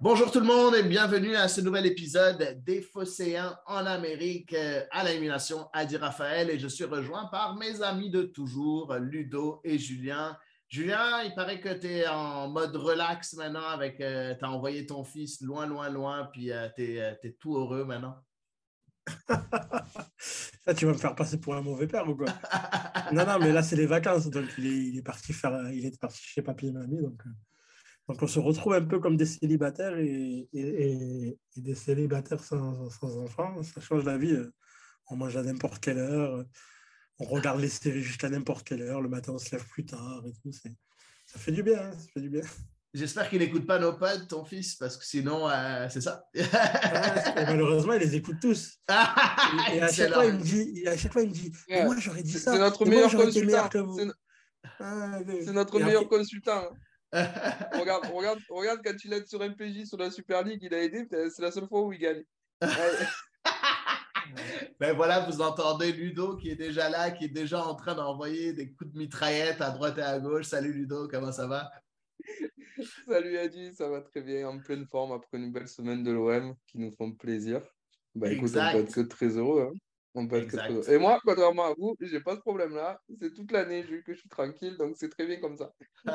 Bonjour tout le monde et bienvenue à ce nouvel épisode des Phocéens en Amérique à l'animation Adi Raphaël et je suis rejoint par mes amis de toujours, Ludo et Julien. Julien, il paraît que tu es en mode relax maintenant avec, tu as envoyé ton fils loin, loin, loin, puis tu es tout heureux maintenant. Ça, tu vas me faire passer pour un mauvais père ou quoi? Non, mais là, c'est les vacances, donc il est parti chez papy et mamie, donc on se retrouve un peu comme des célibataires et des célibataires sans enfants. Ça change la vie. On mange à n'importe quelle heure, on regarde les séries jusqu'à n'importe quelle heure. Le matin, on se lève plus tard et tout. Ça fait du bien, hein, ça fait du bien. J'espère qu'il n'écoute pas nos pods, ton fils, parce que sinon, c'est ça. Et malheureusement, ils les écoutent tous. Et à chaque fois, Excellent. il me dit, mais Ouais, moi, j'aurais dit c'est ça. notre Mais moi, meilleur j'aurais été meilleur consultant. que vous. Ah, C'est notre et meilleur après, consultant. Regarde quand il aide sur MPJ sur la Super League, il a aidé, c'est la seule fois où il gagne. Ouais. Ben voilà, vous entendez Ludo qui est déjà là, qui est déjà en train d'envoyer des coups de mitraillette à droite et à gauche. Salut Ludo, comment ça va? Salut Adi, ça va très bien, en pleine forme après une belle semaine de l'OM qui nous font plaisir. Bah écoute, on peut être Exact, que très heureux, hein. On peut être que très heureux. exact. Et moi, contrairement à vous, j'ai pas ce problème-là. C'est toute l'année vu que je suis tranquille, donc c'est très bien comme ça.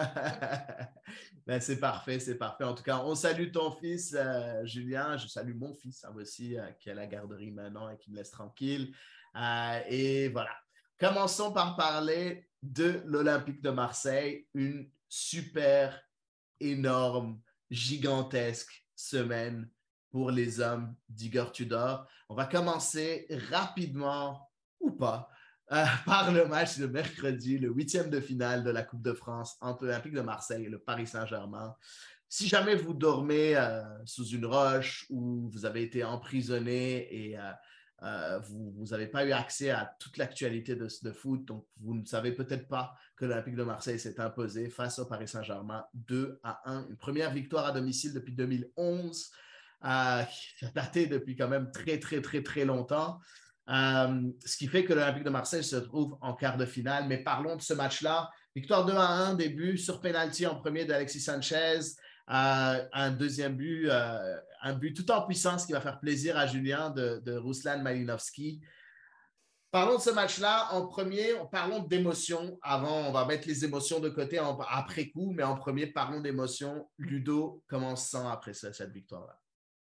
Ben, c'est parfait, c'est parfait. En tout cas, on salue ton fils, Julien. Je salue mon fils hein, aussi, qui est à la garderie maintenant et qui me laisse tranquille. Et voilà. Commençons par parler de l'Olympique de Marseille, une super énorme, gigantesque semaine pour les hommes d'Igor Tudor. On va commencer rapidement ou pas par le match de mercredi, le huitième de finale de la Coupe de France entre l'Olympique de Marseille et le Paris Saint-Germain. Si jamais vous dormez sous une roche ou vous avez été emprisonné et vous n'avez pas eu accès à toute l'actualité de foot, donc vous ne savez peut-être pas que l'Olympique de Marseille s'est imposé face au Paris Saint-Germain 2-1. Une première victoire à domicile depuis 2011, qui a daté depuis quand même très, très, très, très longtemps. Ce qui fait que l'Olympique de Marseille se trouve en quart de finale. Mais parlons de ce match-là. Victoire 2-1, début sur penalty en premier d'Alexis Sanchez. Un deuxième but, un but tout en puissance qui va faire plaisir à Julien de Ruslan Malinovski. Parlons de ce match-là. En premier, parlons d'émotions. Avant, on va mettre les émotions de côté après coup, mais en premier, parlons d'émotions. Ludo, comment on se sent après cette victoire-là?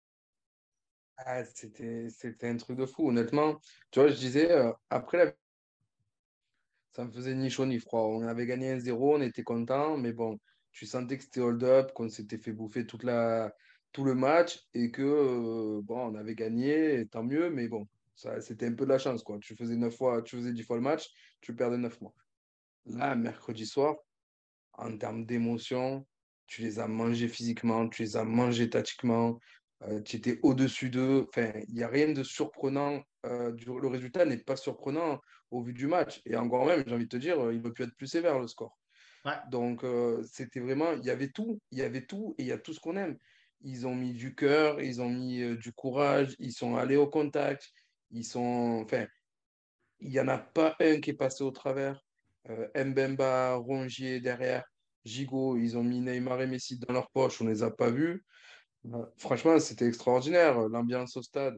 Ah, c'était un truc de fou, honnêtement. Tu vois, je disais, ça me faisait ni chaud ni froid. On avait gagné 1-0, on était content, mais bon, tu sentais que c'était hold-up, qu'on s'était fait bouffer tout le match et que, bon, on avait gagné, et tant mieux, mais bon, ça, c'était un peu de la chance, quoi. Tu faisais 10 fois le match, tu perdais 9 mois. Là, mercredi soir, en termes d'émotion, tu les as mangés physiquement, tu les as mangés tactiquement, tu étais au-dessus d'eux. Enfin, il n'y a rien de surprenant. Le résultat n'est pas surprenant au vu du match. Et encore même, j'ai envie de te dire, il aurait pu être plus sévère le score. Ouais. Donc, c'était vraiment, il y avait tout et il y a tout ce qu'on aime. Ils ont mis du cœur, ils ont mis du courage, ils sont allés au contact, enfin, il n'y en a pas un qui est passé au travers. Mbemba, Rongier derrière, Gigot, ils ont mis Neymar et Messi dans leur poche, on ne les a pas vus. Franchement, c'était extraordinaire. L'ambiance au stade,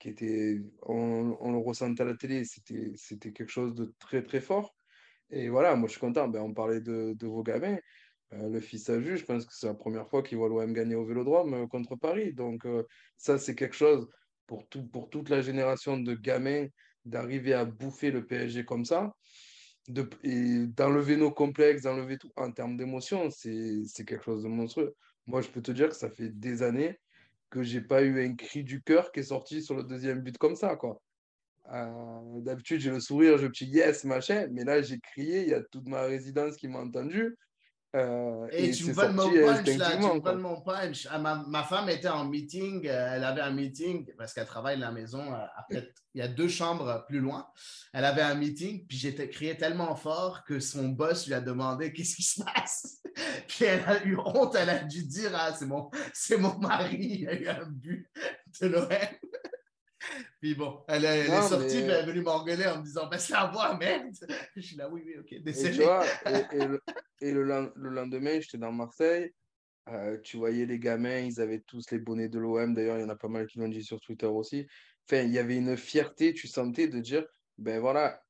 on le ressentait à la télé, c'était quelque chose de très très fort. Et voilà, moi je suis content. Ben, on parlait de vos gamins. Le fils à Jus, je pense que c'est la première fois qu'il voit l'OM gagner au Vélodrome contre Paris. Donc ça, c'est quelque chose pour toute la génération de gamins d'arriver à bouffer le PSG comme ça, et d'enlever nos complexes, d'enlever tout en termes d'émotion, c'est quelque chose de monstrueux. Moi, je peux te dire que ça fait des années que j'ai pas eu un cri du cœur qui est sorti sur le deuxième but comme ça, quoi. D'habitude, j'ai le sourire, je petit yes, machin, mais là, j'ai crié, il y a toute ma résidence qui m'a entendu, Et et tu me c'est voles mon sorti punch là, tu me instinctivement, quoi. voles mon punch. Ma femme était en meeting, elle avait un meeting parce qu'elle travaille à la maison, il y a deux chambres plus loin. Elle avait un meeting, puis j'étais crié tellement fort que son boss lui a demandé qu'est-ce qui se passe. Puis elle a eu honte, elle a dû dire ah, c'est mon mari, il a eu un but de l'OM. Puis bon, elle est Non, sortie, puis mais, elle est venue m'engueuler en me disant ben c'est à moi, merde. Je suis là, oui, ok, et tu désolé. vois, le lendemain, j'étais dans Marseille. Tu voyais les gamins, ils avaient tous les bonnets de l'OM. D'ailleurs, il y en a pas mal qui l'ont dit sur Twitter aussi. Enfin, il y avait une fierté, tu sentais, de dire, ben voilà,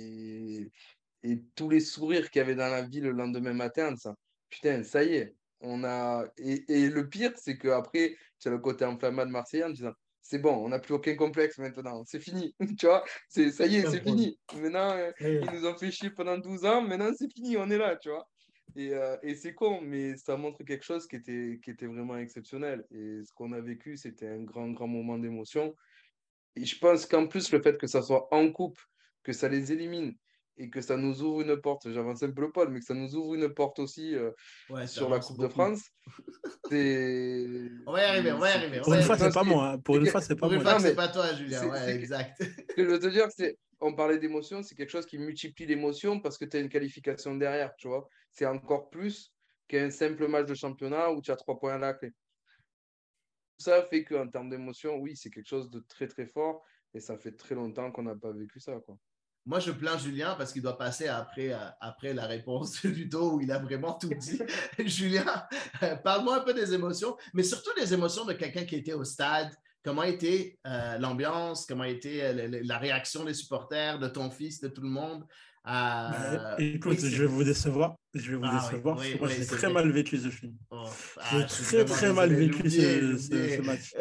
et tous les sourires qu'il y avait dans la ville le lendemain matin, ça, putain, ça y est, on a. Et le pire, c'est qu'après, tu as le côté enflammade marseillais en disant, c'est bon, on n'a plus aucun complexe maintenant, c'est fini, tu vois, ça y est, c'est fini. Maintenant, ils nous ont fait chier pendant 12 ans, maintenant c'est fini, on est là, tu vois. Et c'est con, mais ça montre quelque chose qui était vraiment exceptionnel. Et ce qu'on a vécu, c'était un grand, grand moment d'émotion. Et je pense qu'en plus, le fait que ça soit en coupe, que ça les élimine et que ça nous ouvre une porte, j'avance un peu le poil, mais que ça nous ouvre une porte aussi Ouais, sur la t'avances Coupe de beaucoup. France, c'est. On va y arriver, on va y arriver. Pour une fois, Non, c'est pas moi. Hein. Pour une fois, c'est pas Pour une moi. fois non, que c'est mais pas toi, Julien. c'est, Ouais, c'est que- exact. ce que je veux te dire, c'est, on parlait d'émotion, c'est quelque chose qui multiplie l'émotion parce que tu as une qualification derrière, tu vois. C'est encore plus qu'un simple match de championnat où tu as 3 points à la clé. Tout ça fait qu'en termes d'émotion, oui, c'est quelque chose de très, très fort et ça fait très longtemps qu'on n'a pas vécu ça, quoi. Moi, je plains Julien parce qu'il doit passer après la réponse du dos où il a vraiment tout dit. Julien, parle-moi un peu des émotions, mais surtout des émotions de quelqu'un qui était au stade. Comment était l'ambiance? Comment était la réaction des supporters, de ton fils, de tout le monde? Oui, Écoute, je vais c'est... vous décevoir. Je vais vous Ah oui, décevoir parce que oui, moi, oui, j'ai c'est très vrai. mal vécu ce film. Oh, J'ai je suis très, vraiment très mal désolé. vécu J'ai ce oublié. match.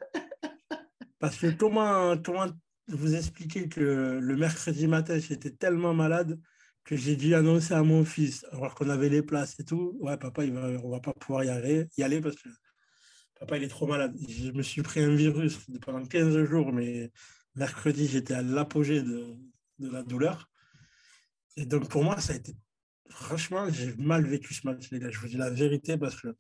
Parce que comment vous expliquer que le mercredi matin, j'étais tellement malade que j'ai dû annoncer à mon fils, alors qu'on avait les places et tout, ouais, papa, on va pas pouvoir y aller parce que papa, il est trop malade. Je me suis pris un virus pendant 15 jours, mais mercredi, j'étais à l'apogée de la douleur. Et donc, pour moi, ça a été. Franchement, j'ai mal vécu ce match, les gars. Je vous dis la vérité parce que,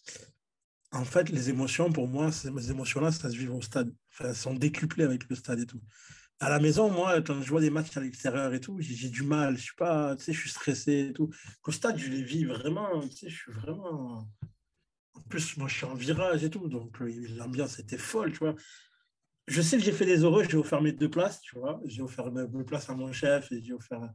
en fait, les émotions, pour moi, ces émotions-là, ça se vit au stade. Enfin, elles sont décuplées avec le stade et tout. À la maison, moi, quand je vois des matchs à l'extérieur et tout, j'ai du mal. Je suis pas, tu sais, je suis stressé et tout. Qu'au stade, je les vis vraiment, tu sais, je suis vraiment. En plus, moi, je suis en virage et tout, donc l'ambiance était folle, tu vois. Je sais que j'ai fait des heureux, j'ai offert mes 2 places, tu vois. J'ai offert mes places à mon chef et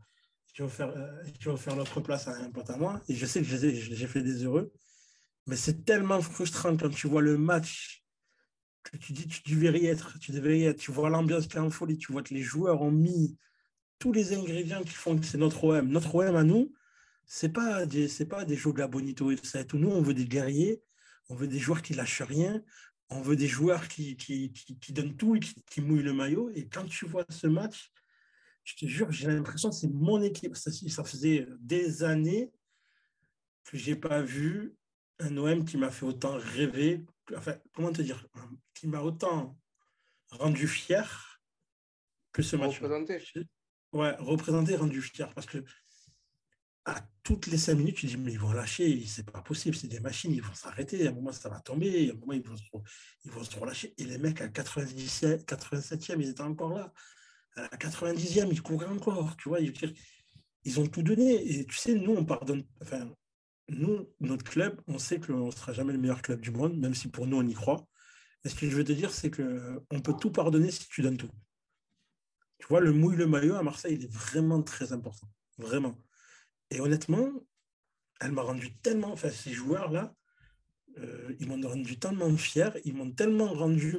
j'ai offert l'autre place à un pote à moi. Et je sais que j'ai fait des heureux. Mais c'est tellement frustrant quand tu vois le match que tu dis tu devrais y être. Tu vois l'ambiance qui est en folie, tu vois que les joueurs ont mis tous les ingrédients qui font que c'est notre OM. Notre OM à nous, c'est pas des Joga Bonito et tout ça. Et tout. Nous, on veut des guerriers, on veut des joueurs qui lâchent rien, on veut des joueurs qui donnent tout et qui mouillent le maillot. Et quand tu vois ce match, je te jure, j'ai l'impression que c'est mon équipe. Ça faisait des années que j'ai pas vu un OM qui m'a fait autant rêver. Enfin, comment te dire, qui m'a autant rendu fier que ce match-là. Représenté. Ouais, représenté, rendu fier. Parce que à toutes les 5 minutes, tu dis, mais ils vont lâcher, c'est pas possible, c'est des machines, ils vont s'arrêter, à un moment ça va tomber, à un moment ils vont se relâcher. Et les mecs à 97, 87e, ils étaient encore là. À la 90e, ils couraient encore, tu vois, ils ont tout donné. Et tu sais, nous, on pardonne, enfin, nous, notre club, on sait qu'on ne sera jamais le meilleur club du monde, même si pour nous, on y croit. Et ce que je veux te dire, c'est qu'on peut tout pardonner si tu donnes tout. Tu vois, le mouille le maillot à Marseille, il est vraiment très important. Vraiment. Et honnêtement, elle m'a rendu tellement, enfin, ces joueurs-là, ils m'ont rendu tellement fier, ils m'ont tellement rendu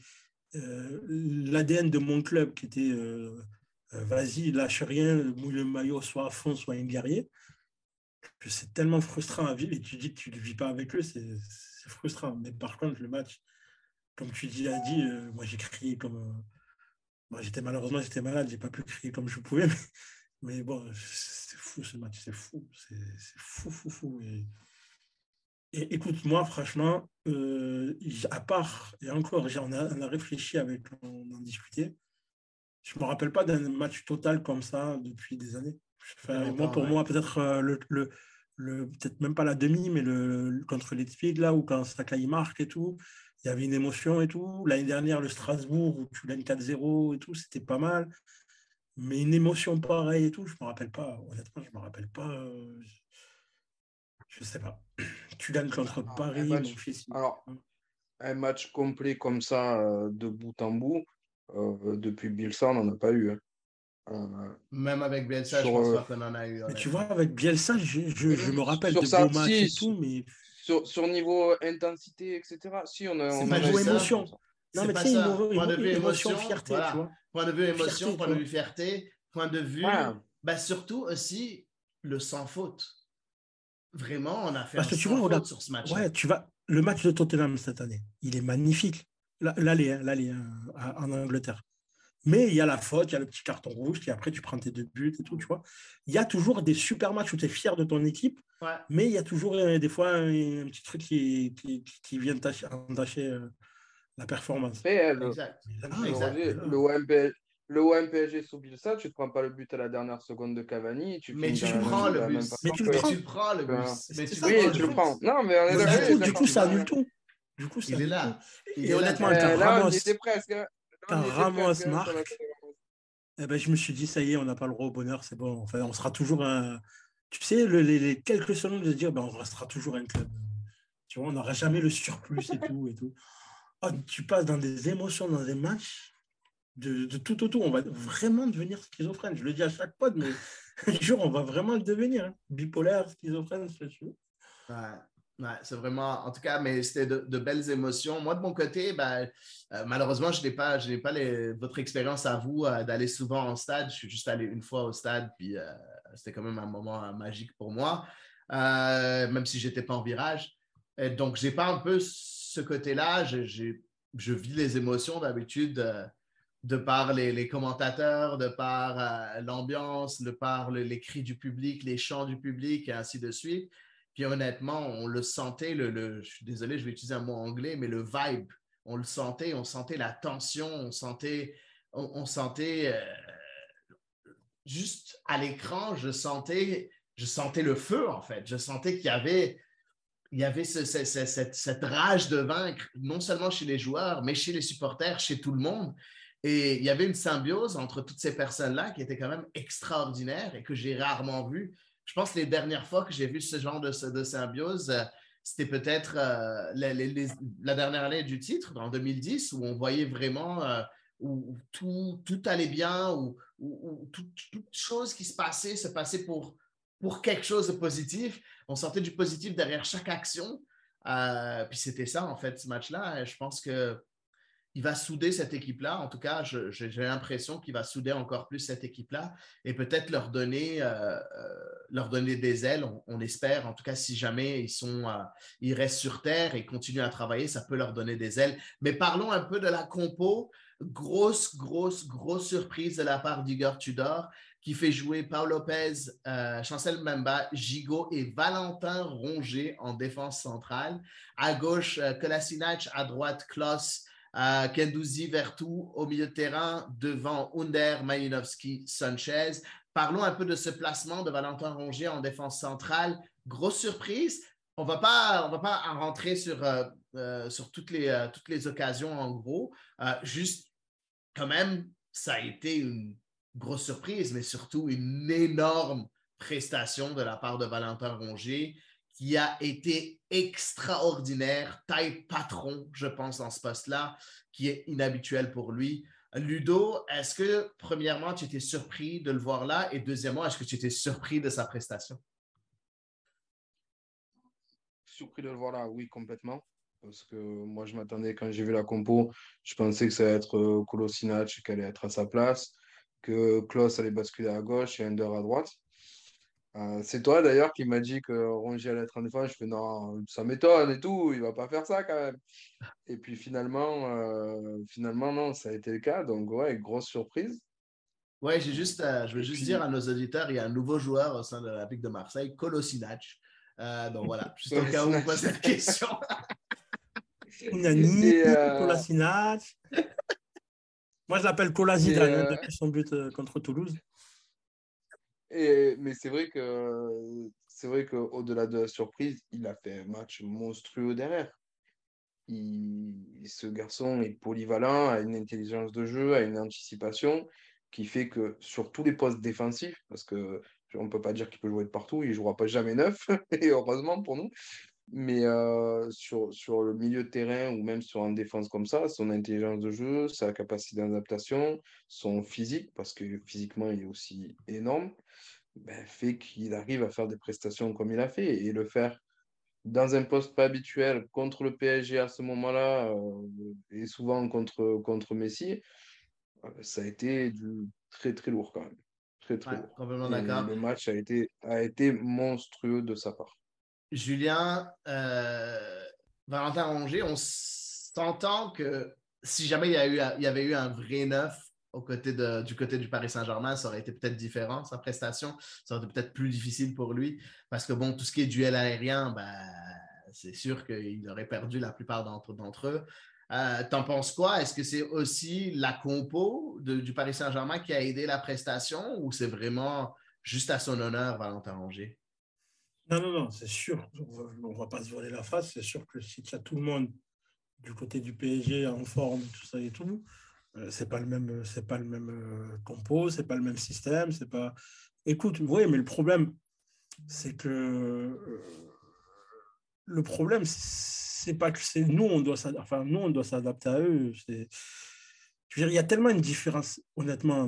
l'ADN de mon club qui était vas-y, lâche rien, mouille le maillot, soit à fond, soit un guerrier, que c'est tellement frustrant à vivre et tu dis que tu ne le vis pas avec eux, c'est frustrant. Mais par contre, le match, comme tu dis, a dit, moi j'ai crié comme. Moi, malheureusement, j'étais malade, j'ai pas pu crier comme je pouvais, mais bon, c'est fou ce match, c'est fou, c'est fou, fou, fou. Et écoute, moi, franchement, à part, et encore, on a réfléchi avec, on en discutait, je ne me rappelle pas d'un match total comme ça depuis des années. Très Enfin, moi, longtemps, pour ouais. moi, peut-être peut-être même pas la demi, mais contre Leipzig, là, où quand Sakai marque et tout, il y avait une émotion et tout. L'année dernière, le Strasbourg, où tu gagnes 4-0 et tout, c'était pas mal. Mais une émotion pareille et tout, je ne me rappelle pas. Honnêtement, je ne me rappelle pas. Je ne sais pas. Tu gagnes contre Un Paris, mon match, fils. alors, un match complet comme ça, de bout en bout, depuis Bielsa, on n'en a pas eu. Hein. Même avec Bielsa, je Sur, pense pas qu'on en a eu, Mais tu vois, honnêtement. avec Bielsa, je me rappelle sur de beaux ça, matchs si, et tout, mais sur niveau intensité, etc. Si, C'est on pas en a Niveau juste des ça. matchs émotion. comme ça. Non, C'est mais tu pas sais, ça. Point de vue émotion, émotion, fierté, tu voilà. vois. Point de vue émotion, Fierté, point tu de vois. vue fierté, point de Ouais. vue, bah, surtout aussi le sans faute. Vraiment, on a fait Parce un que tu sans vois, regarde, faute sur ce match-là. ouais, le match de Tottenham cette année, il est magnifique. L'aller en Angleterre. Mais il y a la faute, il y a le petit carton rouge, et après tu prends tes 2 buts et tout, tu vois. Il y a toujours des super matchs où tu es fier de ton équipe, Ouais, mais il y a toujours des fois un petit truc qui vient entacher la performance. Après, exact. Mais là, Exact. mais Roger, là, le OM PSG sous Bielsa, tu ne te prends pas le but à la dernière seconde de Cavani et tu Mais finis tu tu le le prends prends, de le la même bus. mais façon tu le Mais prends. tu le prends le que- bus. Mais C'est tu le ça que je Oui, prends te le tu le dis. prends. bus. Non, mais on est Donc, d'accord. Ça, Oui, du coup, d'accord. ça effectivement, annule tout. Du coup, ça il est annule tout. là. Il Et est là, honnêtement, ton but. Là, on y était presque. Hein. Là, on Quand y était presque. Ramos Hein, sur la marque, eh ben, je me suis dit, ça y est, on n'a pas le droit au bonheur, c'est bon. Enfin, on sera toujours un. Tu sais, les quelques secondes de se dire, ben, on restera toujours un club. Tu vois, on n'aura jamais le surplus et tout. Et tout. Ah, tu passes dans des émotions, dans des matchs, de tout au tout. On va vraiment devenir schizophrène. Je le dis à chaque pod, mais un jour, on va vraiment le devenir. Hein. Bipolaire, schizophrène, ce que tu veux. Ouais, ouais, c'est vraiment, en tout cas, mais c'était de belles émotions. Moi, de mon côté, ben, malheureusement, je n'ai pas votre expérience à vous d'aller souvent en stade. Je suis juste allé une fois au stade, puis c'était quand même un moment magique pour moi, même si j'étais pas en virage. Donc, j'ai pas un peu ce côté-là. Je vis les émotions d'habitude de par les commentateurs, de par l'ambiance, de par les cris du public, les chants du public, et ainsi de suite. Puis honnêtement, on le sentait, je suis désolé, je vais utiliser un mot anglais, mais le vibe, on sentait la tension, on sentait juste à l'écran, je sentais le feu en fait. Je sentais il y avait cette rage de vaincre, non seulement chez les joueurs, mais chez les supporters, chez tout le monde. Et il y avait une symbiose entre toutes ces personnes-là qui était quand même extraordinaire et que j'ai rarement vue. Je pense que les dernières fois que j'ai vu ce genre de symbiose, c'était peut-être la dernière année du titre, en 2010, où on voyait vraiment où tout allait bien, où toute chose qui se passait pour quelque chose de positif. On sentait du positif derrière chaque action. Puis c'était ça, en fait, ce match-là. Je pense que il va souder cette équipe-là. En tout cas, j'ai l'impression qu'il va souder encore plus cette équipe-là et peut-être leur donner des ailes. On espère. En tout cas, si jamais ils restent sur terre et continuent à travailler, ça peut leur donner des ailes. Mais parlons un peu de la compo. Grosse surprise de la part d'Igor Tudor qui fait jouer Paul Lopez, Chancel Mbemba, Gigot et Valentin Rongier en défense centrale. À gauche, Kolasinac, à droite, Klaus, Kendouzi, Vertou au milieu de terrain, devant Under, Malinowski, Sanchez. Parlons un peu de ce placement de Valentin Rongier en défense centrale. Grosse surprise. On va pas en rentrer sur toutes les occasions en gros. Juste quand même, ça a été une grosse surprise, mais surtout une énorme prestation de la part de Valentin Rongier qui a été extraordinaire, taille patron, je pense, dans ce poste-là, qui est inhabituel pour lui. Ludo, est-ce que, premièrement, tu étais surpris de le voir là et deuxièmement, est-ce que tu étais surpris de sa prestation? Surpris de le voir là, oui, complètement. Parce que moi, je m'attendais, quand j'ai vu la compo, je pensais que ça allait être Kolasinac qui allait être à sa place, que Klose allait basculer à gauche et Under à droite. C'est toi d'ailleurs qui m'a dit que Rongier allait être en défense. Je fais non, ça m'étonne et tout, il va pas faire ça quand même. Et puis finalement non, ça a été le cas. Donc ouais, grosse surprise. Oui, je veux Et juste dire puis, à nos auditeurs, il y a un nouveau joueur au sein de l'Olympique de Marseille, Kolasinac. Donc voilà, juste au cas où vous posez la question. Nani, Et, Kolasinac. Moi, je l'appelle Kola et, Zidane hein, depuis son but contre Toulouse. mais c'est vrai qu'au-delà de la surprise, il a fait un match monstrueux derrière. Ce garçon est polyvalent, a une intelligence de jeu, a une anticipation qui fait que sur tous les postes défensifs, parce que on ne peut pas dire qu'il peut jouer de partout, il ne jouera pas jamais neuf, et heureusement pour nous, mais sur le milieu de terrain ou même sur une défense comme ça, son intelligence de jeu, sa capacité d'adaptation, son physique, parce que physiquement il est aussi énorme, ben, fait qu'il arrive à faire des prestations comme il a fait et le faire dans un poste pas habituel contre le PSG à ce moment-là et souvent contre Messi, ça a été du très très lourd quand même. Très très Ouais, lourd. complètement Et d'accord. le match a été monstrueux de sa part. Julien, Valentin Rongier, on s'entend que si jamais il y avait eu un vrai neuf du côté du Paris Saint-Germain, ça aurait été peut-être différent, sa prestation. Ça aurait été peut-être plus difficile pour lui. Parce que bon, tout ce qui est duel aérien, ben, c'est sûr qu'il aurait perdu la plupart d'entre eux. T'en penses quoi? Est-ce que c'est aussi la compo du Paris Saint-Germain qui a aidé la prestation ou c'est vraiment juste à son honneur, Valentin Rongier? Non, non, non, c'est sûr. On va pas se voiler la face. C'est sûr que si tu as tout le monde du côté du PSG en forme, tout ça et tout, c'est pas le même compo, c'est pas le même système, c'est pas. Écoute, oui, mais c'est que le problème, c'est pas que c'est nous, nous, on doit s'adapter à eux. Je veux dire, il y a tellement une différence, honnêtement,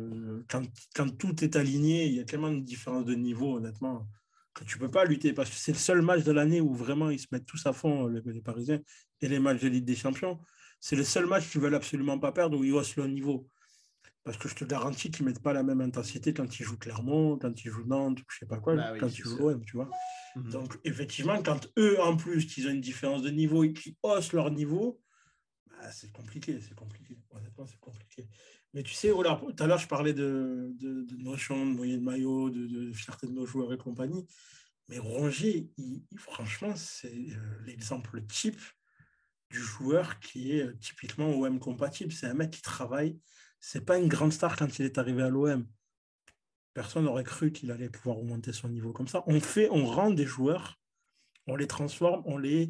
quand tout est aligné, il y a tellement une différence de niveau, honnêtement, que tu peux pas lutter parce que c'est le seul match de l'année où vraiment ils se mettent tous à fond, les Parisiens, et les matchs de Ligue des Champions. C'est le seul match qu'ils veulent absolument pas perdre où ils haussent le niveau. Parce que je te garantis qu'ils ne mettent pas la même intensité quand ils jouent Clermont, quand ils jouent Nantes, je sais pas quoi, Ben oui, quand ils c'est jouent sûr. l'OM, tu vois. Mhm. Donc, effectivement, quand eux, en plus, ils ont une différence de niveau et qu'ils haussent leur niveau, bah, c'est compliqué, c'est compliqué. Honnêtement, c'est compliqué. Mais tu sais, voilà, tout à l'heure, je parlais de notion de moyen de maillot, de fierté de nos joueurs et compagnie. Mais Rongier, franchement, c'est l'exemple type du joueur qui est typiquement OM compatible. C'est un mec qui travaille. C'est pas une grande star quand il est arrivé à l'OM. Personne n'aurait cru qu'il allait pouvoir remonter son niveau comme ça. On rend des joueurs, on les transforme,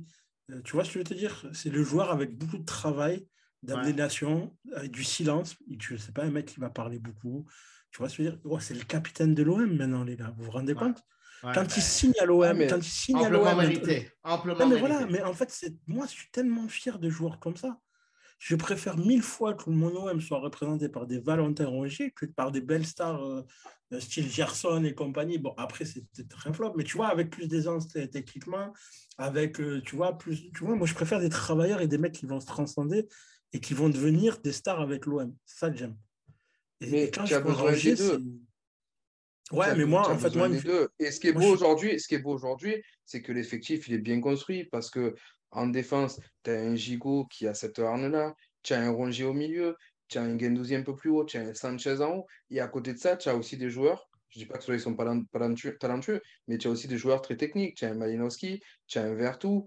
tu vois ce que je veux te dire? C'est le joueur avec beaucoup de travail, Ouais. d'abnégation, avec du silence. C'est pas un mec qui va parler beaucoup. Tu vois ce que je veux dire? Oh, c'est le capitaine de l'OM maintenant, les gars. Vous vous rendez Ouais. compte? Ouais, Quand il ben, signe à Ouais, l'OM, mais quand il signe à amplement l'OM, mérité. non Amplement mais voilà, mérité. mais en fait, moi, je suis tellement fier de joueurs comme ça. Je préfère 1000 fois que mon OM soit représenté par des Valentin Rongier que par des belles stars style Gerson et compagnie. Bon, après, c'est peut-être un flop, mais tu vois, avec plus d'aisance techniquement, avec, tu vois, moi, je préfère des travailleurs et des mecs qui vont se transcender et qui vont devenir des stars avec l'OM. C'est ça que j'aime. Et mais quand tu je as vois besoin des Rongier, deux. c'est. Ouais, mais moi, Tu as en fait, besoin moi, des deux. Et ce qui est moi, beau aujourd'hui, c'est que l'effectif, il est bien construit parce que en défense, tu as un Gigot qui a cette hargne-là, tu as un Rongier au milieu, tu as un Guendouzi un peu plus haut, tu as un Sanchez en haut. Et à côté de ça, tu as aussi des joueurs, je dis pas que ceux-là, ils sont pas talentueux, mais tu as aussi des joueurs très techniques. Tu as un Malinowski, tu as un Vertou,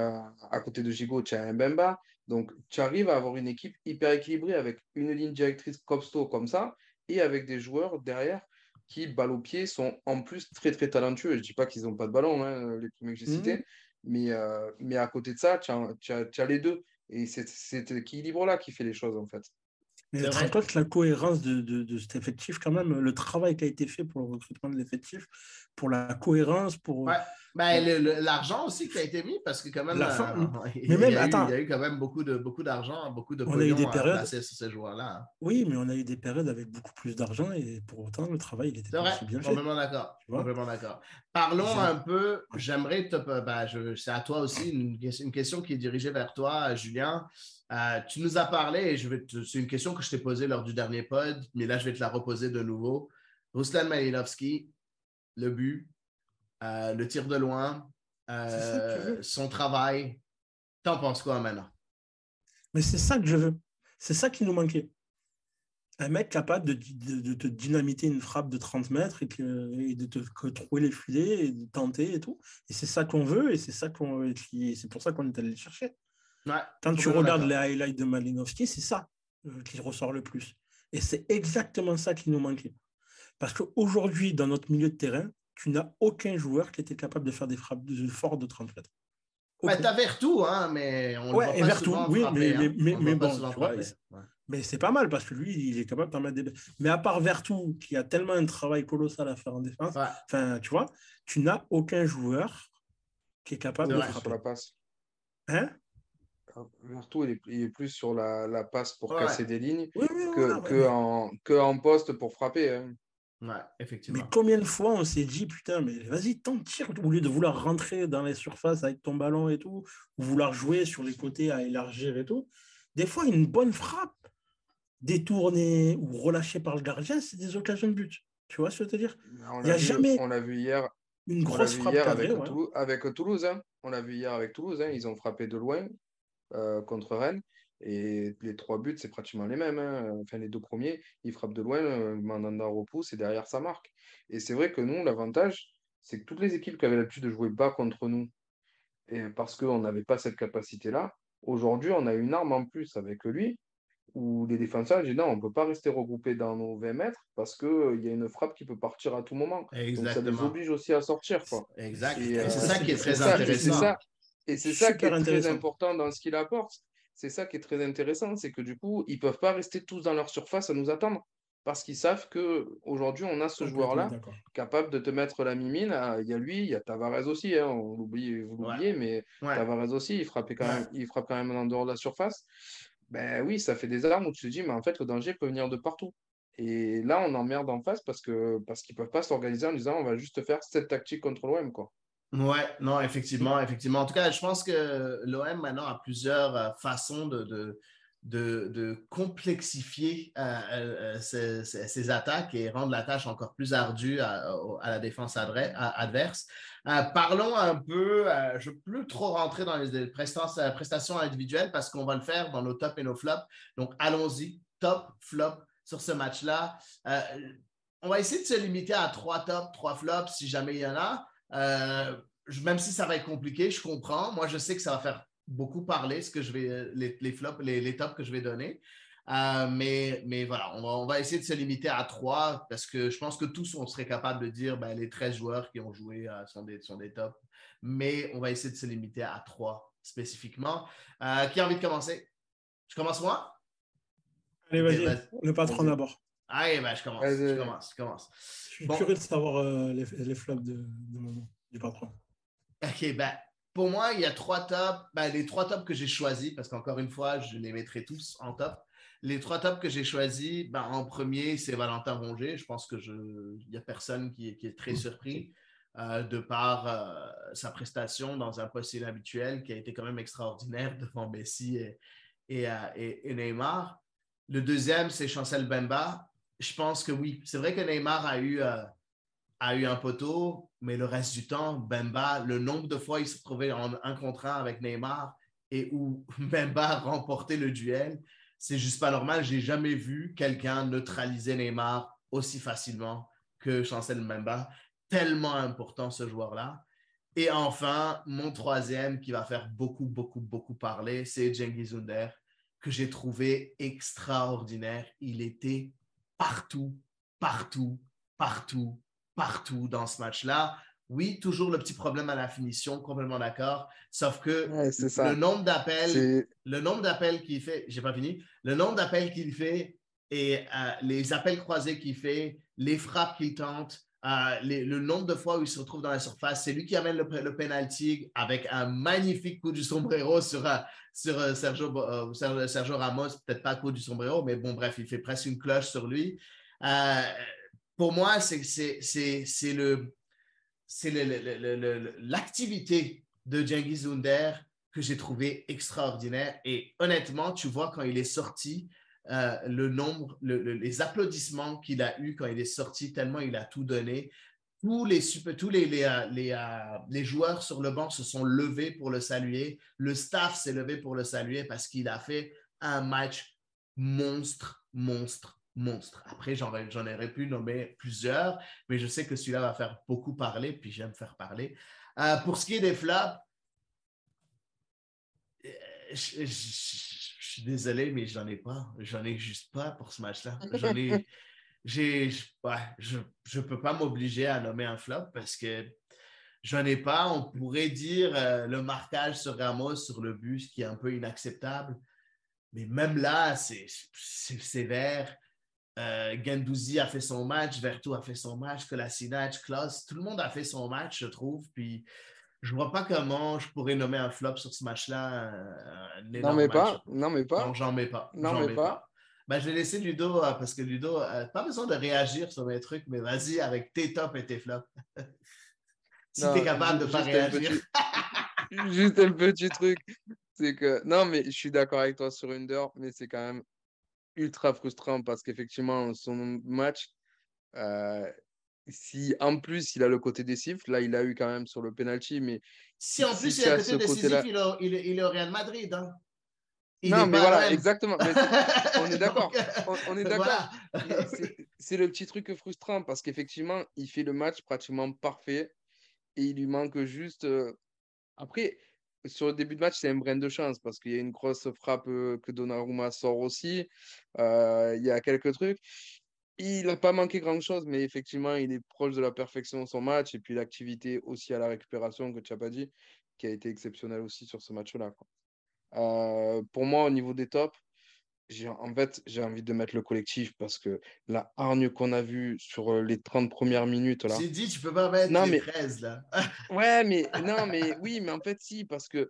à côté de Gigot, tu as un Bemba. Donc, tu arrives à avoir une équipe hyper équilibrée avec une ligne directrice costaud comme ça et avec des joueurs derrière qui, balle au pied, sont en plus très très talentueux. Je ne dis pas qu'ils n'ont pas de ballon, hein, les premiers que j'ai hmm, cités, mais à côté de ça, tu as les deux. Et c'est cet équilibre-là qui fait les choses, en fait. mais C'est tu te rends vrai. compte la cohérence de cet effectif, quand même, le travail qui a été fait pour le recrutement de l'effectif, pour la cohérence, pour Ouais. Ben, euh, l'argent aussi qui a été mis, parce que quand même, la fin. il Mais y même, a eu, il y attends, a eu quand même beaucoup d'argent, beaucoup de on a eu des pognon à périodes, placer sur ces joueurs-là, hein. oui, mais on a eu des périodes avec beaucoup plus d'argent et pour autant, le travail, il n'était C'est pas vrai, aussi bien fait. complètement d'accord. Tu vois? Complètement d'accord. Parlons Ils un ont- peu, ouais. c'est à toi aussi, une question qui est dirigée vers toi, Julien. Tu nous as parlé, et c'est une question que je t'ai posée lors du dernier pod, mais là, je vais te la reposer de nouveau. Ruslan Malinovski, le but, le tir de loin, C'est ça que je veux. son travail. T'en penses quoi maintenant? Mais c'est ça que je veux. C'est ça qui nous manquait. Un mec capable de te dynamiter une frappe de 30 mètres et de te trouver les filets et de tenter et tout. Et c'est ça qu'on veut et c'est pour ça qu'on est allé le chercher. Ouais, Quand tu complètement regardes les d'accord. highlights de Malinowski, c'est ça qui ressort le plus. Et c'est exactement ça qui nous manquait. Parce qu'aujourd'hui, dans notre milieu de terrain, tu n'as aucun joueur qui était capable de faire des frappes fortes de 30 mètres. Ben, Aucun. t'as Vertou, hein, mais on le Ouais, voit et pas Vertou, souvent oui, frapper, hein. On le mais voit pas bon, souvent tu vois, frapper. Ouais. mais c'est pas mal parce que lui, il est capable d'en mettre des. Mais à part Vertou, qui a tellement un travail colossal à faire en défense, Ouais, enfin, tu vois, tu n'as aucun joueur qui est capable c'est de Oui, vrai. sur la frapper. passe. Hein? Vertou, il est plus sur la passe pour Ouais. casser des lignes Oui, oui, que, voilà. Ouais, que, en, que en poste pour frapper, hein. Ouais, Mais effectivement. combien de fois on s'est dit, putain, mais vas-y, tire, au lieu de vouloir rentrer dans les surfaces avec ton ballon et tout, ou vouloir jouer sur les côtés à élargir et tout. Des fois, une bonne frappe, détournée ou relâchée par le gardien, c'est des occasions de but. Tu vois ce que je veux te dire? Il n'y a jamais On l'a vu hier, une grosse frappe cadrée. Ouais. avec Toulouse. Hein. On l'a vu hier avec Toulouse. Hein. Ils ont frappé de loin contre Rennes. Et les 3 buts, c'est pratiquement les mêmes. Hein. Enfin, les 2 premiers, ils frappent de loin, Mandanda repousse et derrière, ça marque. Et c'est vrai que nous, l'avantage, c'est que toutes les équipes qui avaient l'habitude de jouer bas contre nous, et parce qu'on n'avait pas cette capacité-là, aujourd'hui, on a une arme en plus avec lui, où les défenseurs disent non, on ne peut pas rester regroupés dans nos 20 mètres parce qu'il y a une frappe qui peut partir à tout moment. Donc ça les Exactement. oblige aussi à sortir, quoi. Exact. Et, Et c'est euh, ça qui est c'est très ça, intéressant. et c'est ça qui Super est très intéressant. important dans ce qu'il apporte. C'est ça qui est très intéressant, c'est que du coup, ils ne peuvent pas rester tous dans leur surface à nous attendre. Parce qu'ils savent qu'aujourd'hui, on a ce Complètement joueur-là d'accord. capable de te mettre la mimine. Il y a lui, il y a Tavares aussi, hein, vous Ouais. l'oubliez, mais Ouais. Tavares aussi, Ouais. il frappe quand même en dehors de la surface. Ben oui, ça fait des armes où tu te dis, mais en fait, le danger peut venir de partout. Et là, on emmerde en face parce qu'ils peuvent pas s'organiser en disant, on va juste faire cette tactique contre l'OM, quoi. Ouais, non, effectivement, effectivement. En tout cas, je pense que l'OM maintenant a plusieurs façons de complexifier ses attaques et rendre la tâche encore plus ardue à la défense adverse. Parlons un peu, je ne veux plus trop rentrer dans les prestations individuelles parce qu'on va le faire dans nos tops et nos flops. Donc, allons-y, top, flop sur ce match-là. Euh, on va essayer de se limiter à 3 tops, 3 flops si jamais il y en a. Même si ça va être compliqué, je comprends. Moi, je sais que ça va faire beaucoup parler ce que je vais, les flops, les tops que je vais donner. Mais voilà, on va essayer de se limiter à 3 parce que je pense que tous, on serait capable de dire ben, les 13 joueurs qui ont joué sont des tops. Mais on va essayer de se limiter à 3 spécifiquement. Qui a envie de commencer? Je commence moi? Allez, Ok, vas-y, vas-y. le patron Vas-y. d'abord. Allez, ben, je commence. Je Vas-y. commence. Je commence. Je suis Bon, curieux de savoir les flops du patron. OK, ben, pour moi, il y a 3 tops. Ben, les 3 tops que j'ai choisis, parce qu'encore une fois, je les mettrai tous en top. Les 3 tops que j'ai choisis, ben, en premier, c'est Valentin Rongier. Je pense il n'y a personne qui est très surpris de par sa prestation dans un poste inhabituel qui a été quand même extraordinaire devant Messi et Neymar. Le deuxième, c'est Chancel Bemba. Je pense que oui, c'est vrai que Neymar a eu un poteau, mais le reste du temps, Bemba, le nombre de fois il s'est retrouvé en 1 contre 1 avec Neymar et où Bemba a remporté le duel, c'est juste pas normal. J'ai jamais vu quelqu'un neutraliser Neymar aussi facilement que Chancel Bemba. Tellement important ce joueur-là. Et enfin, mon troisième qui va faire beaucoup, beaucoup, beaucoup parler, c'est Cengiz Under, que j'ai trouvé extraordinaire. Il était partout, partout, partout, partout dans ce match-là. Oui, toujours le petit problème à la finition, complètement d'accord. Sauf que Ouais, c'est le ça. nombre d'appels, C'est le nombre d'appels qu'il fait, j'ai pas fini, le nombre d'appels qu'il fait et les appels croisés qu'il fait, les frappes qu'il tente, le nombre de fois où il se retrouve dans la surface, c'est lui qui amène le penalty avec un magnifique coup du sombrero sur Sergio Ramos, peut-être pas coup du sombrero, mais bon, bref, il fait presque une cloche sur lui. Euh, pour moi, c'est l'activité de Cengiz Under que j'ai trouvé extraordinaire. Et honnêtement, tu vois, quand il est sorti, le nombre, les applaudissements qu'il a eu quand il est sorti, tellement il a tout donné. Les joueurs sur le banc se sont levés pour le saluer. Le staff s'est levé pour le saluer parce qu'il a fait un match monstre, monstre, monstre. Après, j'en aurais pu nommer plusieurs, mais je sais que celui-là va faire beaucoup parler, puis j'aime faire parler. Pour ce qui est des flops, je suis désolé, mais j'en ai pas. J'en ai juste pas pour ce match-là. Ouais, je peux pas m'obliger à nommer un flop parce que j'en ai pas. On pourrait dire le marquage sur Ramos sur le but, ce qui est un peu inacceptable. Mais même là, c'est sévère. Guendouzi a fait son match, Vertu a fait son match, Kolasinac, Klaus, tout le monde a fait son match, je trouve. Puis je vois pas comment je pourrais nommer un flop sur ce match-là, un n'en énorme mets match. pas, n'en mets Donc pas, j'en mets pas, n'en j'en mets mets pas. pas. Ben, je vais laisser Ludo, parce que Ludo, pas besoin de réagir sur mes trucs, mais vas-y avec tes tops et tes flops. Si tu es Non, capable de ne pas réagir. juste un petit truc. C'est que, non, mais je suis d'accord avec toi sur Under, mais c'est quand même ultra frustrant parce qu'effectivement, son match, euh, si en plus il a le côté décisif, là il a eu quand même sur le penalty, mais Si en si plus il tu a as côté ce décisif, côté-là. il est au Real Madrid. Hein. Il Non, n'est mais pas à voilà, l'OM. exactement. Mais on est Donc, d'accord. On est d'accord. voilà. Mais c'est le petit truc frustrant parce qu'effectivement, il fait le match pratiquement parfait et il lui manque juste. Après, sur le début de match, c'est un brin de chance parce qu'il y a une grosse frappe que Donnarumma sort aussi. Il y a quelques trucs. Il n'a pas manqué grand-chose, mais effectivement, il est proche de la perfection de son match. Et puis l'activité aussi à la récupération que tu n'as pas dit, qui a été exceptionnelle aussi sur ce match-là, quoi. Pour moi, au niveau des tops, en fait, j'ai envie de mettre le collectif parce que la hargne qu'on a vue sur les 30 premières minutes, là. J'ai dit, tu peux pas mettre Non, les mais 13 là. ouais, mais non, mais oui, mais en fait, si, parce que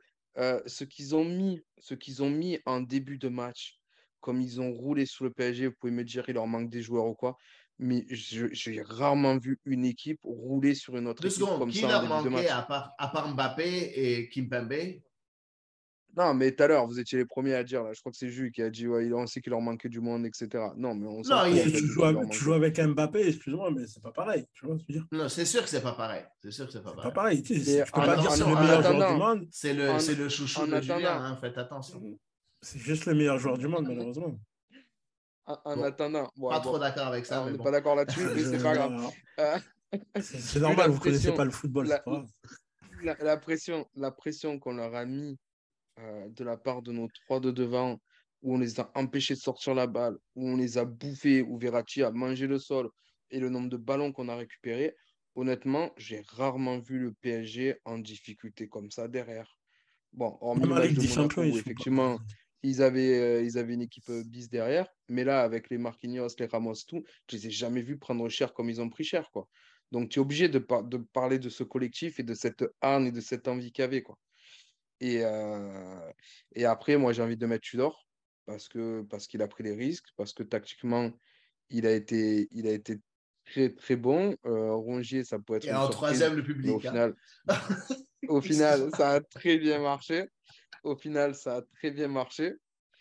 ce qu'ils ont mis en début de match, comme ils ont roulé sur le PSG, vous pouvez me dire il leur manque des joueurs ou quoi, mais j'ai rarement vu une équipe rouler sur une autre Deux équipe secondes. comme Qui ça en leur début de manquait match. à part Mbappé et Kimpembe? Non, mais tout à l'heure, vous étiez les premiers à dire, là, je crois que c'est Jules qui a dit, ouais, on sait qu'il leur manquait du monde, etc. Non, mais on s'en Non, fout Parce en que fait de qui leur tu joues manquait. avec Mbappé, excuse-moi, mais c'est pas pareil. Tu vois ce que je veux dire? non, c'est sûr que c'est pas pareil. C'est sûr que c'est pas C'est pas pareil. pareil. Mais Tu peux pas dire c'est le En meilleur joueur du attendant, monde. en, c'est le chouchou en de Julien, attendant, hein, faites attention. C'est juste le meilleur joueur du monde, malheureusement. en Bon, attendant, pas ouais, trop bon, d'accord avec ça, on mais n'est bon. pas d'accord là-dessus, mais c'est pas grave. Euh, C'est vu normal, vous connaissez pas le football, c'est la, pas grave. la pression qu'on leur a mis de la part de nos trois de devant, où on les a empêchés de sortir la balle, où on les a bouffés, où Verratti a mangé le sol, et le nombre de ballons qu'on a récupérés, honnêtement, j'ai rarement vu le PSG en difficulté comme ça derrière. Bon, hormis Même le en match Ligue de des Champions, Monaco, ils où sont pas. effectivement, ils avaient une équipe bis derrière, mais là, avec les Marquinhos, les Ramos, tout, je les ai jamais vus prendre cher comme ils ont pris cher, quoi. Donc, tu es obligé de parler de ce collectif et de cette hargne et de cette envie qu'il y avait, quoi. Et, euh, et après, moi, j'ai envie de mettre Tudor parce qu'il a pris les risques, parce que tactiquement, il a été très, très bon. Rongier, ça peut être Et une en surprise, troisième, le mais public. Hein. au final, Excuse-moi. ça a très bien marché. Au final, ça a très bien marché.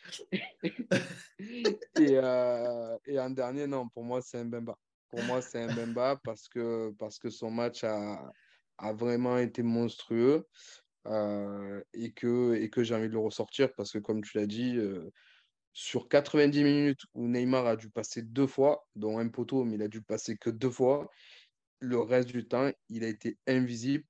Et en dernier, non, pour moi, c'est Mbemba. Pour moi, c'est Mbemba parce que son match a vraiment été monstrueux et que j'ai envie de le ressortir parce que, comme tu l'as dit, sur 90 minutes où Neymar a dû passer deux fois, dont un poteau, mais il a dû passer que deux fois, le reste du temps, il a été invisible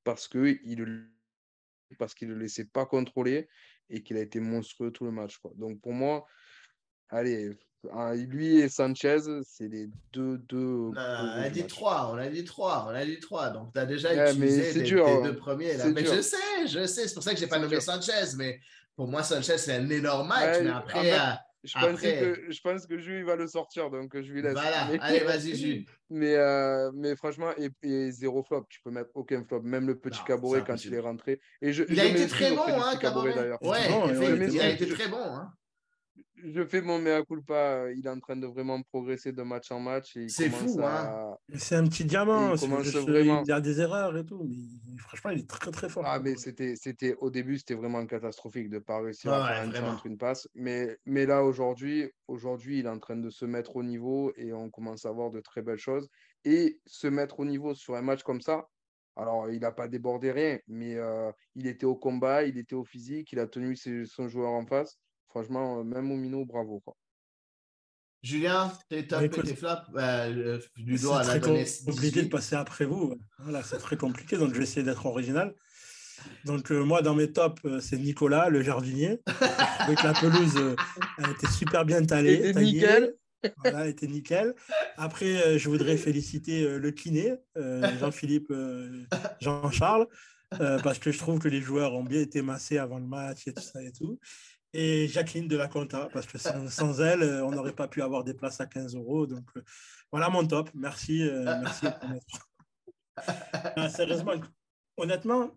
parce qu'il ne le laissait pas contrôler et qu'il a été monstrueux tout le match, quoi. Donc pour moi, allez, lui et Sanchez, c'est les deux On gros gros a du dit match. trois, on a dit trois, on a dit trois. Donc, tu as déjà Ouais, mais utilisé c'est dur, tes hein. deux premiers. Là. C'est Mais dur, je sais, c'est pour ça que je n'ai pas c'est nommé dur. Sanchez. Mais pour moi, Sanchez, c'est un énorme match. Mais Ouais, en après, fait, après je pense que Jules il va le sortir, donc je lui laisse. voilà. Allez, vas-y, Jules. Mais franchement, et zéro flop, tu peux mettre aucun flop, même le Non, petit c'est Caboret quand il est impossible. rentré. Et Il a je été très m'excuse bon, auprès du hein, petit Caboret Caboret. d'ailleurs. Il était Ouais, bon, ouais, il était il a bon. été très bon. Hein. Je fais mon mea culpa, il est en train de vraiment progresser de match en match et C'est fou, hein. C'est un petit et il diamant, c'est commence juste, vraiment. il a des erreurs et tout, mais franchement, il est très très fort. Ah, mais au début, c'était vraiment catastrophique de ne pas réussir Ouais, à faire ouais, un vraiment. centre, une passe. Mais là, aujourd'hui, il est en train de se mettre au niveau et on commence à voir de très belles choses. Et se mettre au niveau sur un match comme ça, alors il n'a pas débordé rien, mais il était au combat, il était au physique, il a tenu son joueur en face. Franchement, même au minot, bravo, quoi. Julien, tes Bah, top et tes écoute, flops. Ludo c'est en a très donné compliqué de 18. passer après vous. Voilà, c'est très compliqué, donc je vais essayer d'être original. Donc moi, dans mes tops, c'est Nicolas, le jardinier, parce que je trouvais que la pelouse a été super bien Était nickel. taillée. Voilà, elle était nickel. Après, je voudrais féliciter le kiné, Jean-Philippe, Jean-Charles, parce que je trouve que les joueurs ont bien été massés avant le match et tout ça et tout. Et Jacqueline de la Conta, parce que sans elle, on n'aurait pas pu avoir des places à 15 euros. Donc voilà mon top. Merci, merci au premier. Sérieusement, honnêtement,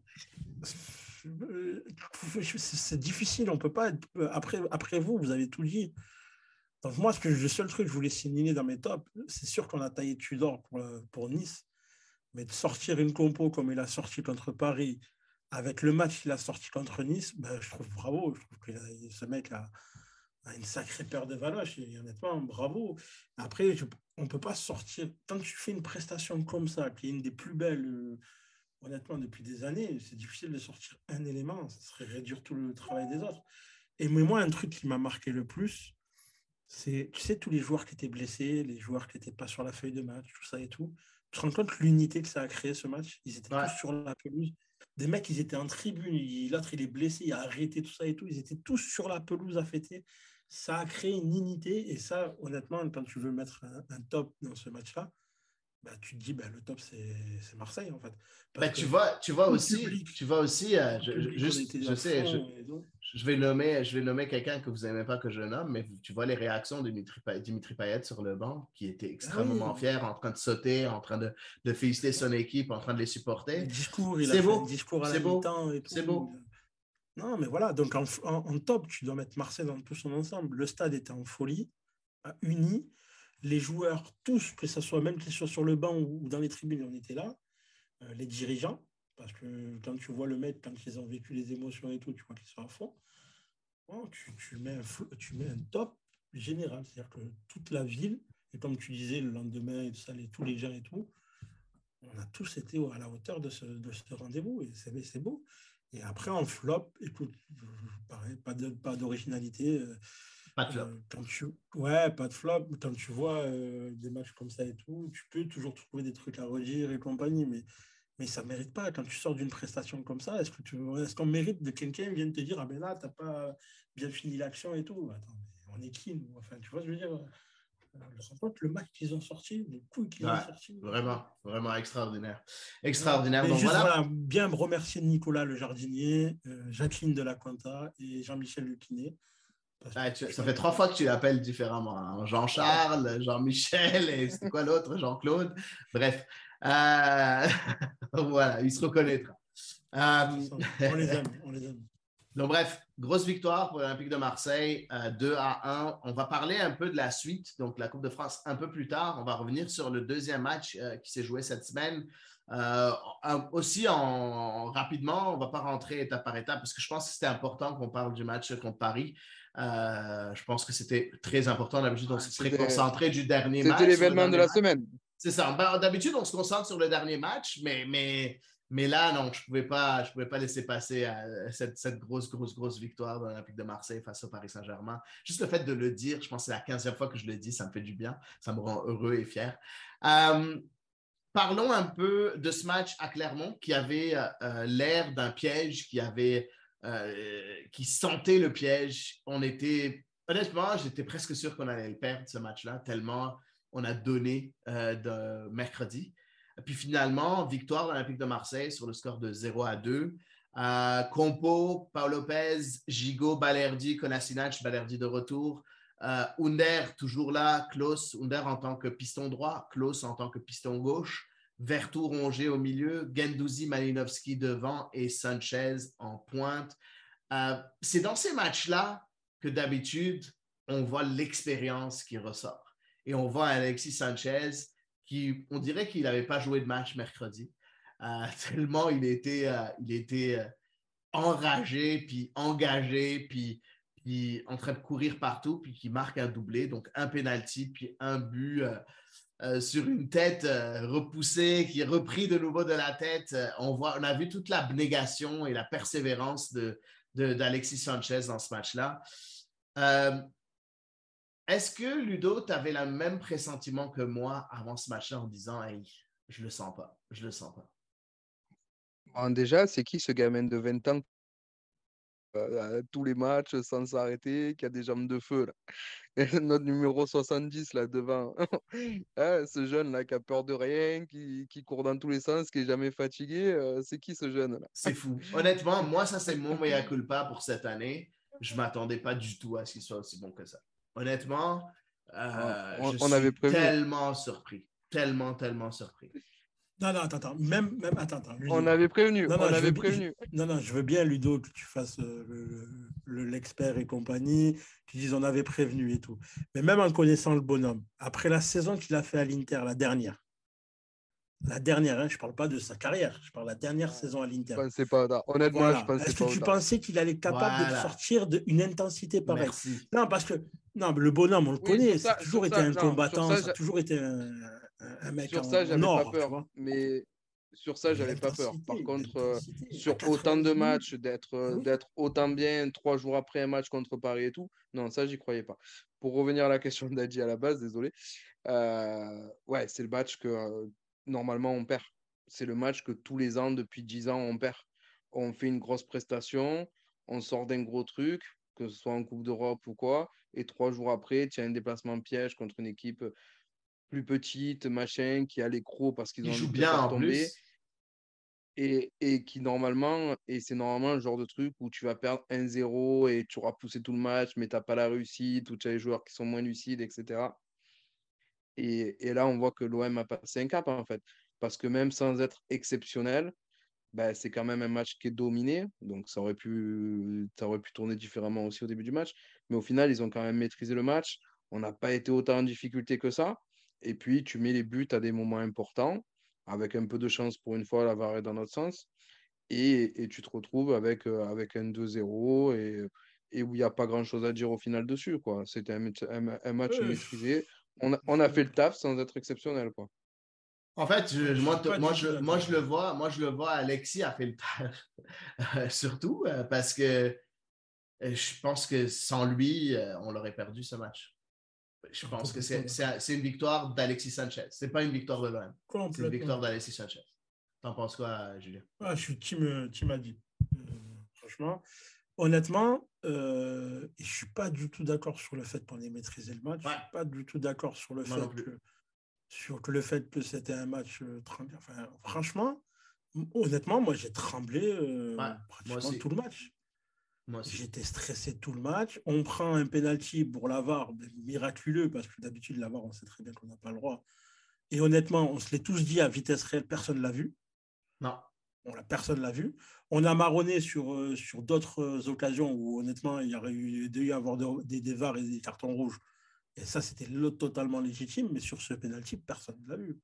c'est difficile. On peut pas. Après vous, vous avez tout dit. Donc moi, le seul truc que je voulais signaler dans mes tops, c'est sûr qu'on a taillé Tudor pour Nice, mais de sortir une compo comme il a sorti contre Paris, avec le match qu'il a sorti contre Nice, ben, je trouve bravo. Je trouve que ce mec a une sacrée paire de valoches. Et honnêtement, bravo. Après, on ne peut pas sortir. Quand tu fais une prestation comme ça, qui est une des plus belles, honnêtement, depuis des années, c'est difficile de sortir un élément. Ça serait réduire tout le travail des autres. Et mais moi, un truc qui m'a marqué le plus, c'est, tu sais, tous les joueurs qui étaient blessés, les joueurs qui n'étaient pas sur la feuille de match, tout ça et tout. Tu te rends compte l'unité que ça a créé ce match? Ils étaient Ouais. tous sur la pelouse. Des mecs, ils étaient en tribune. L'autre, il est blessé, il a arrêté tout ça et tout. Ils étaient tous sur la pelouse à fêter. Ça a créé une unité. Et ça, honnêtement, quand tu veux mettre un top dans ce match-là, bah, tu te dis, bah, le top, c'est Marseille, en fait. Bah, Parce que tu vois tout le aussi, public, je on était à sais, fond. Et tout. je vais nommer quelqu'un que vous n'aimez pas que je nomme, mais tu vois les réactions de Dimitri Payet sur le banc, qui était Ah oui, extrêmement fier, en train de sauter, en train de féliciter son équipe, en train de les le supporter. discours, il a C'est fait un beau, discours à la c'est beau, mi-temps et c'est tout. beau. Non, mais voilà, donc en top, tu dois mettre Marseille dans tout son ensemble. Le stade était en folie, uni. Les joueurs, tous, que ce soit même qu'ils soient sur le banc ou dans les tribunes, on était là. Les dirigeants, parce que quand tu vois le mec, quand ils ont vécu les émotions et tout, tu vois qu'ils sont à fond. Bon, tu mets un top général, c'est-à-dire que toute la ville, et comme tu disais, le lendemain, et tout ça, tous les gens et tout, on a tous été à la hauteur de ce rendez-vous, et c'est beau. Et après, en flop, écoute, pareil, pas d'originalité. Pas de flop. Ouais, pas de flop. Quand tu vois des matchs comme ça et tout, tu peux toujours trouver des trucs à redire et compagnie, mais ça ne mérite pas. Quand tu sors d'une prestation comme ça, est-ce qu'on mérite de quelqu'un qui vienne te dire, ah ben là, tu n'as pas bien fini l'action et tout? Attends, mais on est qui, nous? Enfin, tu vois ce que je veux dire? Le match qu'ils ont sorti, les couilles qu'ils ont Ouais, sorti. vraiment, vraiment extraordinaire. Ouais. Extraordinaire. Mais Donc juste, voilà. voilà, bien me remercier Nicolas le jardinier, Jacqueline de la Quinta et Jean-Michel Luquinet. Parce que Ouais, ça franchement, fait 3 fois que tu l'appelles différemment, hein. Jean-Charles, Jean-Michel et c'était quoi l'autre? Jean-Claude. Bref. Euh, voilà, il se reconnaîtra. de toute façon, on les aime, on les aime. Donc, bref, grosse victoire pour l'Olympique de Marseille, 2-1. On va parler un peu de la suite, donc la Coupe de France un peu plus tard. On va revenir sur le deuxième match qui s'est joué cette semaine. Aussi, rapidement, on ne va pas rentrer étape par étape parce que je pense que c'était important qu'on parle du match contre Paris. Je pense que c'était très important. D'habitude, on s'est très concentré du dernier match. C'était l'événement de la semaine. C'est ça. D'habitude, on se concentre sur le dernier match, mais là, non, je ne pouvais pas laisser passer cette grosse victoire de l'Olympique de Marseille face au Paris Saint-Germain. Juste le fait de le dire, je pense que c'est la 15e fois que je le dis, ça me fait du bien. Ça me rend heureux et fier. Parlons un peu de ce match à Clermont qui avait l'air d'un piège, qui sentait le piège. Honnêtement, j'étais presque sûr qu'on allait le perdre ce match-là, tellement on a donné de mercredi. Puis finalement, victoire de l'Olympique de Marseille sur le score de 0-2. Compo, Paul Lopez, Gigot, Balerdi, Kolasinac, Balerdi de retour. Under toujours là, Klose, Under en tant que piston droit, Klose en tant que piston gauche, Vertou rongé au milieu, Guendouzi, Malinowski devant et Sanchez en pointe. C'est dans ces matchs-là que d'habitude, on voit l'expérience qui ressort. Et on voit Alexis Sanchez qui, on dirait qu'il n'avait pas joué de match mercredi, tellement il était enragé, puis engagé, puis en train de courir partout, puis qui marque un doublé, donc un penalty, puis un but sur une tête repoussée, qui est repris de nouveau de la tête. On a vu toute l'abnégation et la persévérance d'Alexis Sanchez dans ce match-là. Est-ce que, Ludo, tu avais le même pressentiment que moi avant ce match-là en disant hey, je le sens pas, je le sens pas. Bon, déjà, c'est qui ce gamin de 20 ans tous les matchs sans s'arrêter, qui a des jambes de feu là. Et notre numéro 70 là devant. Hein, ce jeune là qui a peur de rien, qui court dans tous les sens, qui est jamais fatigué, c'est qui ce jeune là? C'est fou. Honnêtement, moi, ça, c'est mon mea culpa pour cette année. Je ne m'attendais pas du tout à ce qu'il soit aussi bon que ça. Honnêtement, je On avait suis prévenu. tellement surpris. Tellement surpris. Non, attends. Attends, Ludo. On avait prévenu. Non, On avait prévenu. Non, je veux bien, Ludo, que tu fasses l'expert et compagnie, qui disent on avait prévenu et tout. Mais même en connaissant le bonhomme, après la saison qu'il a fait à l'Inter, la dernière, hein, je ne parle pas de sa carrière, je parle de la dernière saison à Je l'Inter. pensais pas autant. Honnêtement, je Voilà. pensais Est-ce que pas tu autant. pensais qu'il allait être capable de Voilà. sortir d'une intensité pareille? Merci. Non, parce que non, le bonhomme, on le Oui, connaît, ça a toujours été un genre, combattant, ça a toujours été un mec sur ça, en j'avais pas or, tu peur. vois. Mais sur ça, Mais j'avais pas peur. Par contre, l'intensité, à sur autant 90 de minutes, matchs, d'être oui. d'être autant bien 3 jours après un match contre Paris et tout, non, ça, j'y croyais pas. Pour revenir à la question d'Adji à la base, désolé. Ouais, c'est le match que normalement on perd. C'est le match que tous les ans, depuis 10 ans, on perd. On fait une grosse prestation, on sort d'un gros truc, que ce soit en Coupe d'Europe ou quoi, et 3 jours après, tu as un déplacement piège contre une équipe plus petite, machin, qui a les crocs parce qu'ils Il ont envie joue de te bien faire en tomber, plus. et qui normalement, et c'est normalement le genre de truc où tu vas perdre 1-0 et tu auras poussé tout le match, mais tu n'as pas la réussite, ou tu as les joueurs qui sont moins lucides, etc. Et là, on voit que l'OM a passé un cap, en fait. Parce que même sans être exceptionnel, ben, c'est quand même un match qui est dominé. Donc, ça aurait pu tourner différemment aussi au début du match. Mais au final, ils ont quand même maîtrisé le match. On n'a pas été autant en difficulté que ça. Et puis, tu mets les buts à des moments importants. Avec un peu de chance pour une fois, la VAR est dans notre sens. Et tu te retrouves avec un 2-0 et où il n'y a pas grand-chose à dire au final dessus, quoi. C'était un match Euh, maîtrisé. On a fait le taf sans être exceptionnel, quoi. En fait, je suis pas moi, du tout d'accord. je le vois, Alexis a fait le taf, surtout parce que je pense que sans lui, on l'aurait perdu ce match. Je Non, pense que complètement d'accord. c'est une victoire d'Alexis Sanchez. C'est pas une victoire de l'OM. C'est une Complètement victoire d'accord. d'Alexis Sanchez. T'en penses quoi, Julien? Ah, je suis team Adi. Franchement, honnêtement, je ne suis pas du tout d'accord sur le fait qu'on ait maîtrisé le match. Je ne Ouais, suis pas du tout d'accord sur le moi non fait plus. que c'était un match tremblant. Enfin, franchement, honnêtement, moi, j'ai tremblé Ouais, moi pratiquement tout aussi. le match. Moi aussi. J'étais stressé tout le match. On prend un penalty pour la VAR, miraculeux, parce que d'habitude, la VAR, on sait très bien qu'on n'a pas le droit. Et honnêtement, on se l'est tous dit à vitesse réelle, personne ne l'a vu. Non. Personne ne l'a vu. On a marronné sur d'autres occasions où, honnêtement, il y aurait dû y avoir des VAR et des cartons rouges. Et ça, c'était totalement légitime, mais sur ce penalty, personne ne l'a vu.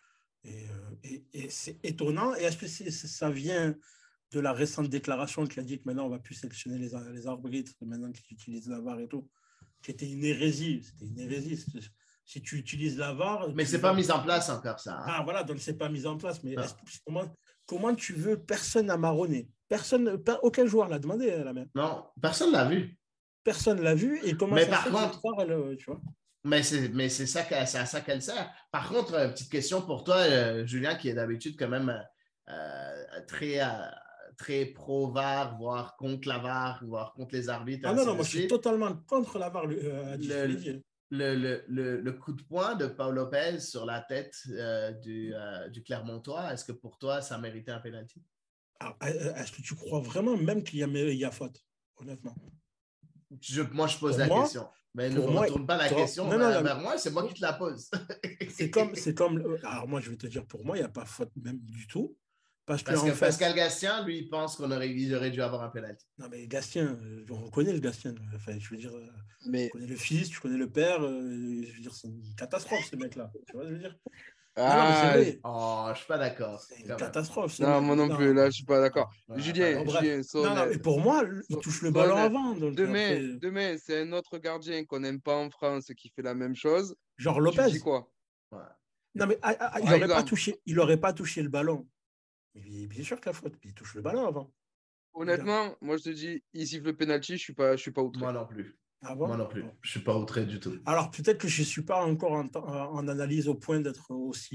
Et c'est étonnant. Et est-ce que ça vient de la récente déclaration qui a dit que maintenant, on ne va plus sélectionner les arbitres, maintenant qu'ils utilisent la VAR et tout, qui était une hérésie. C'était une hérésie. Si tu utilises la VAR, Mais c'est pas mis en place encore, ça. Hein? ah, voilà, donc c'est pas mis en place. Mais Non. comment tu veux, personne n'a marronné. Aucun joueur l'a demandé, la même. Non, personne l'a vu. Personne l'a vu. Et comment Mais ça se par fait que cette contre, histoire, tu vois? c'est c'est à ça qu'elle sert. Par contre, petite question pour toi, Julien, qui est d'habitude quand même très, très pro-VAR, voire contre la VAR, voire contre les arbitres, et Ah non, ainsi non, de moi je suis suite. totalement contre la VAR, je te l'ai Le, dit. le coup de poing de Paul Lopez sur la tête du Clermontois, est-ce que pour toi, ça méritait un penalty? Alors, est-ce que tu crois vraiment même qu'il y a faute, honnêtement? Moi, je pose Pour la moi, question. Mais ne pour moi, retourne pas la question non, non, non, vers moi, c'est moi qui te la pose. c'est comme. Alors moi, je vais te dire, pour moi, il n'y a pas faute même du tout. Parce que Parce que en Pascal fait, Gastien, lui, il pense il aurait dû avoir un penalty. non mais Gastien, on connaît le Gastien. Enfin, je veux dire, tu Mais, connais le fils, tu connais le père. Je veux dire, c'est une catastrophe, ce mec-là. Tu vois ce que je veux dire? Non, non, mais c'est ah, vrai. Oh, je suis pas d'accord, C'est une quand même. catastrophe, ce non, mec. moi non plus, Non. là, je suis pas Non, d'accord. pas Julien, Bon, d'accord. bref. Julien, sois Non, non, honnête. mais pour moi, il touche le ballon Honnête. avant. Donc Demain, après, demain, c'est un autre gardien qu'on n'aime pas en France qui fait la même chose. genre Tu dis Lopez. quoi? Ouais. Non, mais il Par n'aurait pas exemple, touché, il aurait pas touché le ballon. Mais bien sûr que la faute. Il touche le ballon avant. Regarde. honnêtement, moi je te dis, il siffle le penalty, je suis pas outré. Moi non plus. Moi Avant. non plus. Bon. Je suis pas outré du tout. Alors peut-être que je ne suis pas encore en analyse au point d'être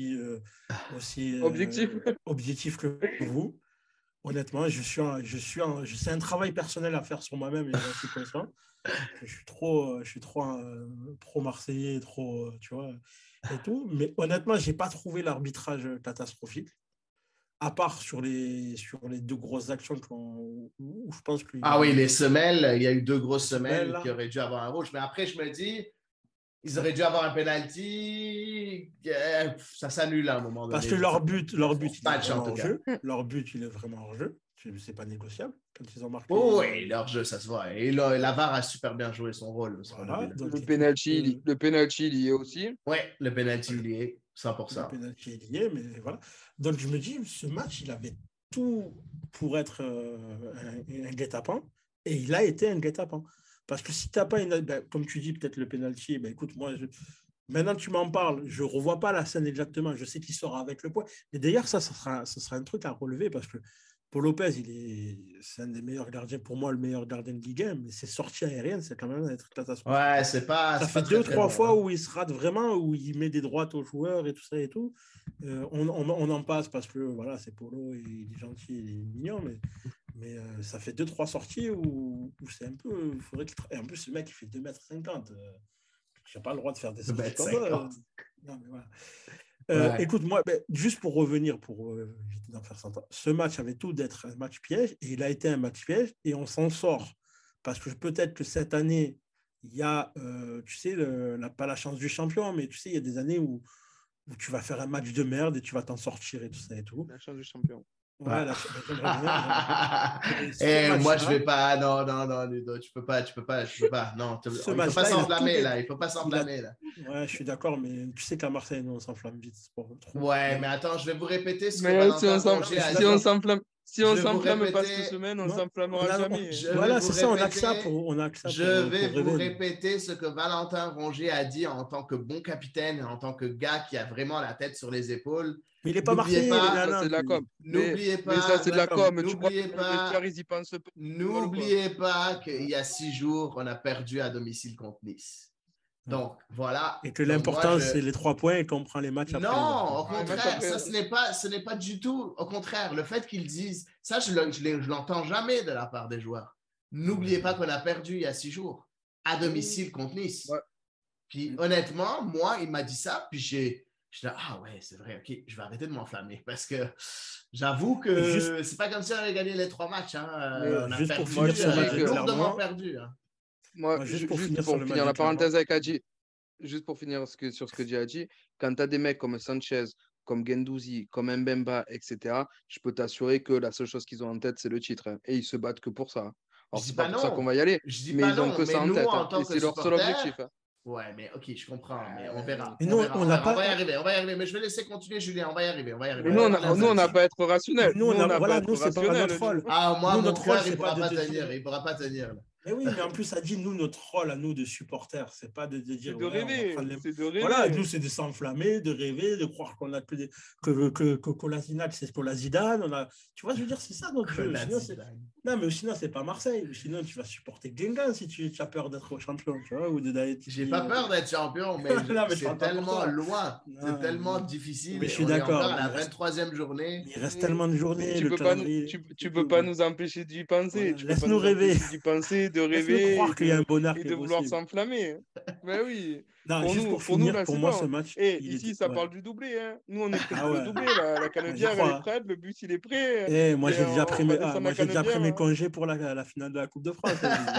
aussi Objectif? objectif que vous. Honnêtement, c'est un travail personnel à faire sur moi-même et j'en suis conscient. Je suis trop pro-marseillais, trop, tu vois, et tout. Mais honnêtement, je n'ai pas trouvé l'arbitrage catastrophique, à part sur les deux grosses actions où je pense qu'il y Ah aurait oui, les eu semelles, il y a eu deux des grosses semelles, semelles là. qui auraient dû avoir un rouge. Mais après, je me dis, Ils auraient dû avoir un penalty. Ça s'annule à un moment donné. Parce que leur but, il est Match, en vraiment tout hors cas. jeu. Leur but, il est vraiment hors jeu. C'est pas négociable quand ils ont marqué. Oh, oui, leur jeu, ça se voit. Et la VAR a super bien joué son rôle sur Voilà, le but. donc Le penalty, il y est aussi. Ouais, le penalty, il y est 100%. Le penalty est lié, mais voilà. Donc je me dis, ce match, il avait tout pour être un guet-apens, et il a été un guet-apens. Parce que si tu n'as pas comme tu dis, peut-être le penalty, écoute, moi, maintenant que tu m'en parles, je ne revois pas la scène exactement. Je sais qu'il sort avec le poing. Mais d'ailleurs, ça sera un truc à relever parce que Paul Lopez, c'est un des meilleurs gardiens, pour moi, le meilleur gardien de Ligue 1, mais ses sorties aériennes, c'est quand même être catastrophique. Ouais, c'est pas. Ça fait 2-3 fois où il se rate vraiment, où il met des droites aux joueurs et tout ça et tout. On en passe parce que voilà, c'est Polo, et il est gentil, il est mignon, mais ça fait 2-3 sorties où c'est un peu. Et en plus, ce mec, il fait 2,50 m. Je n'ai pas le droit de faire des sorties comme ça. Non, mais voilà. Ouais. Écoute, moi, juste pour revenir, éviter d'en faire 100 ans, ce match avait tout d'être un match piège, et il a été un match piège, et on s'en sort. Parce que peut-être que cette année, il y a, tu sais, pas la chance du champion, mais tu sais, il y a des années où tu vas faire un match de merde et tu vas t'en sortir et tout ça et tout. La chance du champion. Ouais, et moi, je vais pas. Non, Ludo, tu peux pas. Non, il faut pas s'enflammer là. Il faut pas s'enflammer là. Ouais, je suis d'accord, mais tu sais qu'à Marseille, nous, on s'enflamme vite. Ouais, mais attends, je vais vous répéter ce que Valentin Rongier a dit. Si on s'enflamme pas cette semaine, on s'enflammera jamais. Voilà, c'est ça, on a que ça pour. Je vais vous répéter ce que Valentin Rongier a dit en tant que bon capitaine, en tant que gars qui a vraiment la tête sur les épaules. Mais il n'est pas marseillais, c'est de la com. N'oubliez pas. Mais ça, c'est de la com. N'oubliez pas qu'il y a 6 jours, on a perdu à domicile contre Nice. Donc, voilà. Et que l'important, c'est les 3 points et qu'on prend les matchs après. Non, au contraire, ça, ce n'est pas du tout. Au contraire, le fait qu'ils disent, ça, je l'entends jamais de la part des joueurs. N'oubliez pas qu'on a perdu il y a 6 jours à domicile contre Nice. Ouais. Puis, honnêtement, moi, il m'a dit ça, puis je suis là, ah ouais, c'est vrai, ok, je vais arrêter de m'enflammer parce que j'avoue que c'est pas comme si on avait gagné les 3 matchs. Hein. On a juste perdu, pour finir lourdement perdu. Hein. Moi, juste pour finir la parenthèse avec Hadji, juste pour finir sur ce que dit Hadji, quand tu as des mecs comme Sanchez, comme Guendouzi, comme Mbemba, etc., je peux t'assurer que la seule chose qu'ils ont en tête, c'est le titre. Hein, et ils se battent que pour ça. Alors, c'est pas pour ça qu'on va y aller, mais ils ont que ça en tête. Et c'est leur seul objectif. Hein. Ouais, mais ok, je comprends, mais on verra. On va y arriver, mais je vais laisser continuer, Julien, on va y arriver. Mais nous, on n'a pas à être rationnel. Nous, c'est pas notre rôle. Ah, moi, mon frère, il ne pourra pas tenir. Mais oui, mais en plus, ça dit, nous, notre rôle à nous de supporters, c'est pas de dire. C'est de rêver. Voilà, nous, c'est de s'enflammer, de rêver, de croire qu'on a que Kolasinac, c'est Zidane. Tu vois, je veux dire, c'est ça notre jeu. Non, mais sinon, c'est pas Marseille. Sinon, tu vas supporter Guingamp si tu as peur d'être champion. Tu vois, j'ai pas peur d'être champion, mais c'est tellement loin. C'est tellement difficile. Mais je suis d'accord. À la 23e journée. Il reste tellement de journées. Tu peux pas nous empêcher d'y penser. Laisse-nous rêver. D'y penser, de rêver croire qu'il y a un bonheur et de vouloir s'enflammer. Ben oui. Non, pour nous, là, pour moi, ce match. Ici, ça parle du doublé. Hein. Nous, on est prêts pour le doublé. La canebière, elle est prête. Le but, il est prêt. Moi, j'ai déjà pris mes congés pour la finale de la Coupe de France.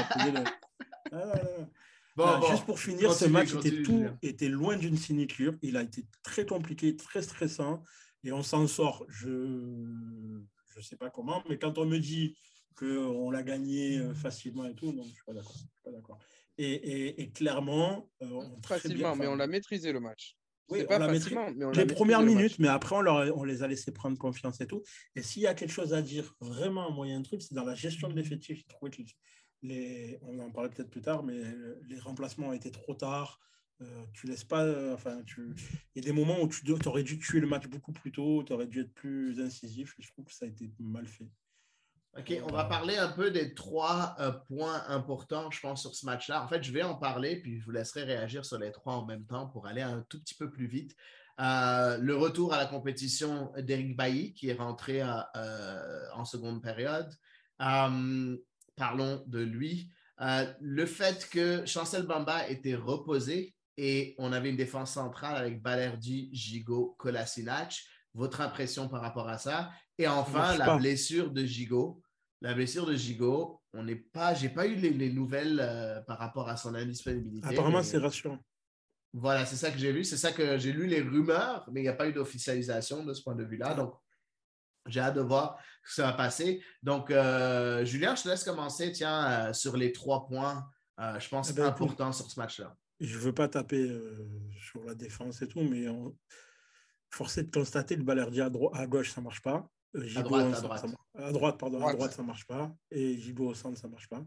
Juste pour finir, ce match était loin d'une sinécure. Il a été très compliqué, très stressant. Et on s'en sort. Je ne sais pas comment, mais quand on me dit qu'on l'a gagné facilement et tout, non, je ne suis pas d'accord. Et clairement, facilement, mais on l'a maîtrisé le match. Oui, on l'a maîtrisé les premières minutes, mais après, on les a laissés prendre confiance et tout. Et s'il y a quelque chose à dire vraiment moyen truc, c'est dans la gestion de l'effectif. J'ai trouvé que on en parlera peut-être plus tard, mais les remplacements ont été trop tard. Tu laisses pas. Il y a des moments où tu aurais dû tuer le match beaucoup plus tôt, tu aurais dû être plus incisif. Et je trouve que ça a été mal fait. OK, on va parler un peu des 3 points importants, je pense, sur ce match-là. En fait, je vais en parler, puis je vous laisserai réagir sur les 3 en même temps pour aller un tout petit peu plus vite. Le retour à la compétition d'Éric Bailly, qui est rentré en seconde période. Parlons de lui. Le fait que Chancel Bamba était reposé et on avait une défense centrale avec Balerdi, Gigot, Kolasinac. Votre impression par rapport à ça? Et enfin, la blessure de Gigot. La blessure de Gigot, j'ai pas eu les nouvelles par rapport à son indisponibilité. Apparemment, c'est rassurant. Voilà, c'est ça que j'ai vu. C'est ça que j'ai lu les rumeurs, mais il n'y a pas eu d'officialisation de ce point de vue-là. Donc, j'ai hâte de voir ce que ça va passer. Donc, Julien, je te laisse commencer, tiens, sur les 3 points, je Eh pense, ben, écoute, importants sur ce match-là. je ne veux pas taper sur la défense et tout, mais forcé de constater que Balerdi à gauche, ça ne marche pas. À Gigot droite, au à centre, droite. à droite, pardon, à Droite. droite, ça ne marche pas. Et Gigot au centre, ça ne marche pas.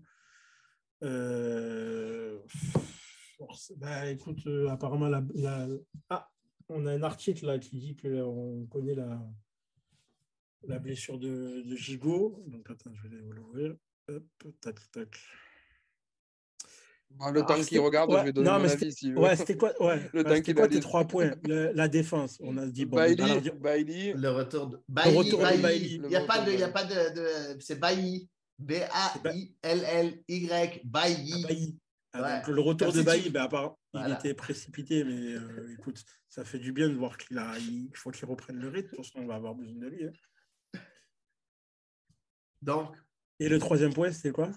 Bah, écoute, apparemment, ah, on a un article là qui dit qu'on connaît la blessure de Gigot. Donc, attends, je vais l'ouvrir. Hop, tac, tac. Bon, le temps qu'il regarde, je Ouais, vais donner non, mon mais avis si veut. ouais, c'était quoi, ouais, Le ouais, temps c'était qu'il quoi tes analyse. 3 points? La défense, on a dit, bon, Bailey, Bailey, Le retour de le Bailly, retour de Bailly. Bailly. Il n'y a pas retour de, il y a Bailly. pas c'est Bailly. Bailly, Bailly. Bailly. Ah, Ouais. donc, le retour Comme de si Bailly, tu. ben, il Voilà. était précipité, mais écoute, ça fait du bien de voir il faut qu'il reprenne le rythme, parce qu'on va avoir besoin de lui. Hein. Donc, Et le 3e point, c'était quoi?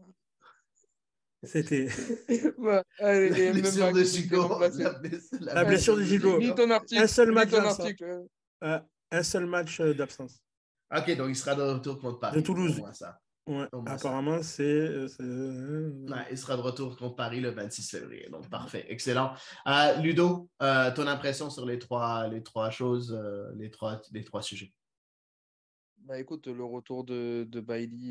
C'était Bah, la allez, même blessure pas de que c'est bien Chico. placé. La la blessure de Gigot. Lis ton article. Un seul Lis match ton d'absence. article. Un seul match d'absence. OK, donc il sera de retour contre De Paris. Au Toulouse. moins ça. Ouais, Au moins ça. apparemment, Ouais, il sera de retour contre Paris le 26 février. Donc, parfait. Excellent. Ludo, ton impression sur les trois choses, les trois sujets? Bah, écoute, le retour de Bailey,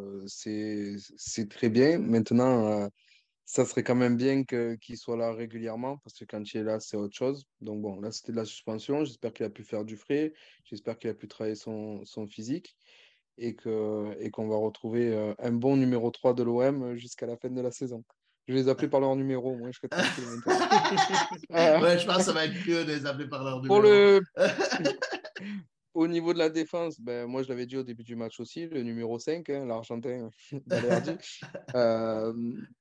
c'est très bien. Maintenant, ça serait quand même bien qu'il soit là régulièrement parce que quand il est là, c'est autre chose. Donc bon, là, c'était de la suspension. J'espère qu'il a pu faire du frais. J'espère qu'il a pu travailler son physique et qu'on va retrouver un bon numéro 3 de l'OM jusqu'à la fin de la saison. Je vais les appeler par leur numéro, moi, je serai tranquille maintenant. Euh, Ouais, je pense que ça va être mieux de les appeler par leur pour numéro. le, Au niveau de la défense, ben, moi je l'avais dit au début du match aussi, le numéro 5, hein, l'Argentin Balerdi. Euh,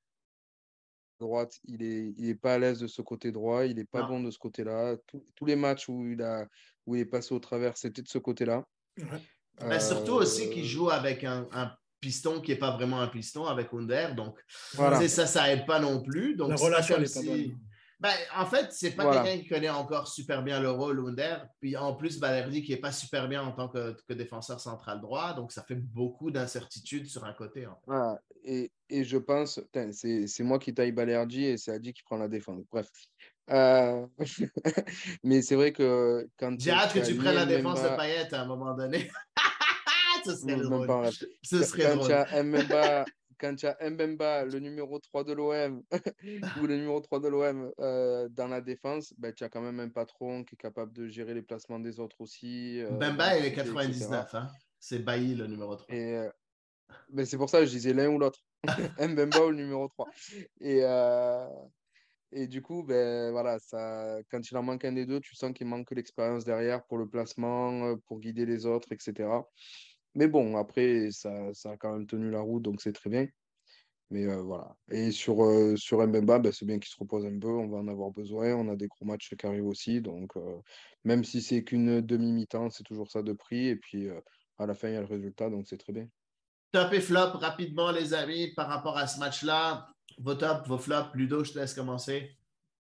Droite, il est pas à l'aise de ce côté droit, il n'est pas Non. bon de ce côté-là. Tous les matchs où il est passé au travers, c'était de ce côté-là. ouais. Mais surtout aussi qu'il Euh, joue avec un piston qui n'est pas vraiment un piston, avec Under. Donc, Ouais. ça aide pas non plus. La Donc, c'est pas relation, elle comme n'est pas bonne. si. Ben, en fait, c'est pas voilà. quelqu'un qui connaît encore super bien le rôle Under. Puis en plus, Balerdi qui n'est pas super bien en tant que défenseur central droit. Donc, ça fait beaucoup d'incertitudes sur un côté. En fait. Voilà. Et je pense, putain, c'est moi qui taille Balerdi et c'est Adi qui prend la défense. Bref. Euh, Mais c'est vrai que quand J'ai hâte que tu as tu ni prennes la défense de Mbemba, Payet à un moment donné. Ce serait même drôle. pas en rêve. Ce serait Quand tu drôle. as Mbemba, quand tu as Mbemba, le numéro 3 de l'OM, ou le numéro 3 de l'OM dans la défense, ben, tu as quand même un patron qui est capable de gérer les placements des autres aussi, Bemba, il est d'anticiper, etc. 99. Hein? C'est Bailly le numéro 3. Et ben, c'est pour ça que je disais l'un ou l'autre. Mbemba ou le numéro 3. Et, euh, et du coup, ben, voilà, quand il en manque un des deux, tu sens qu'il manque l'expérience derrière pour le placement, pour guider les autres, etc. Mais bon, après, ça a quand même tenu la route, donc c'est très bien. Mais voilà. Et sur Mbemba, ben, c'est bien qu'il se repose un peu. On va en avoir besoin. On a des gros matchs qui arrivent aussi. Donc, même si c'est qu'une demi-mi-temps, c'est toujours ça de prix. Et puis, à la fin, il y a le résultat. Donc, c'est très bien. Top et flop, rapidement, les amis, par rapport à ce match-là. Vos tops, vos flops. Ludo, je te laisse commencer.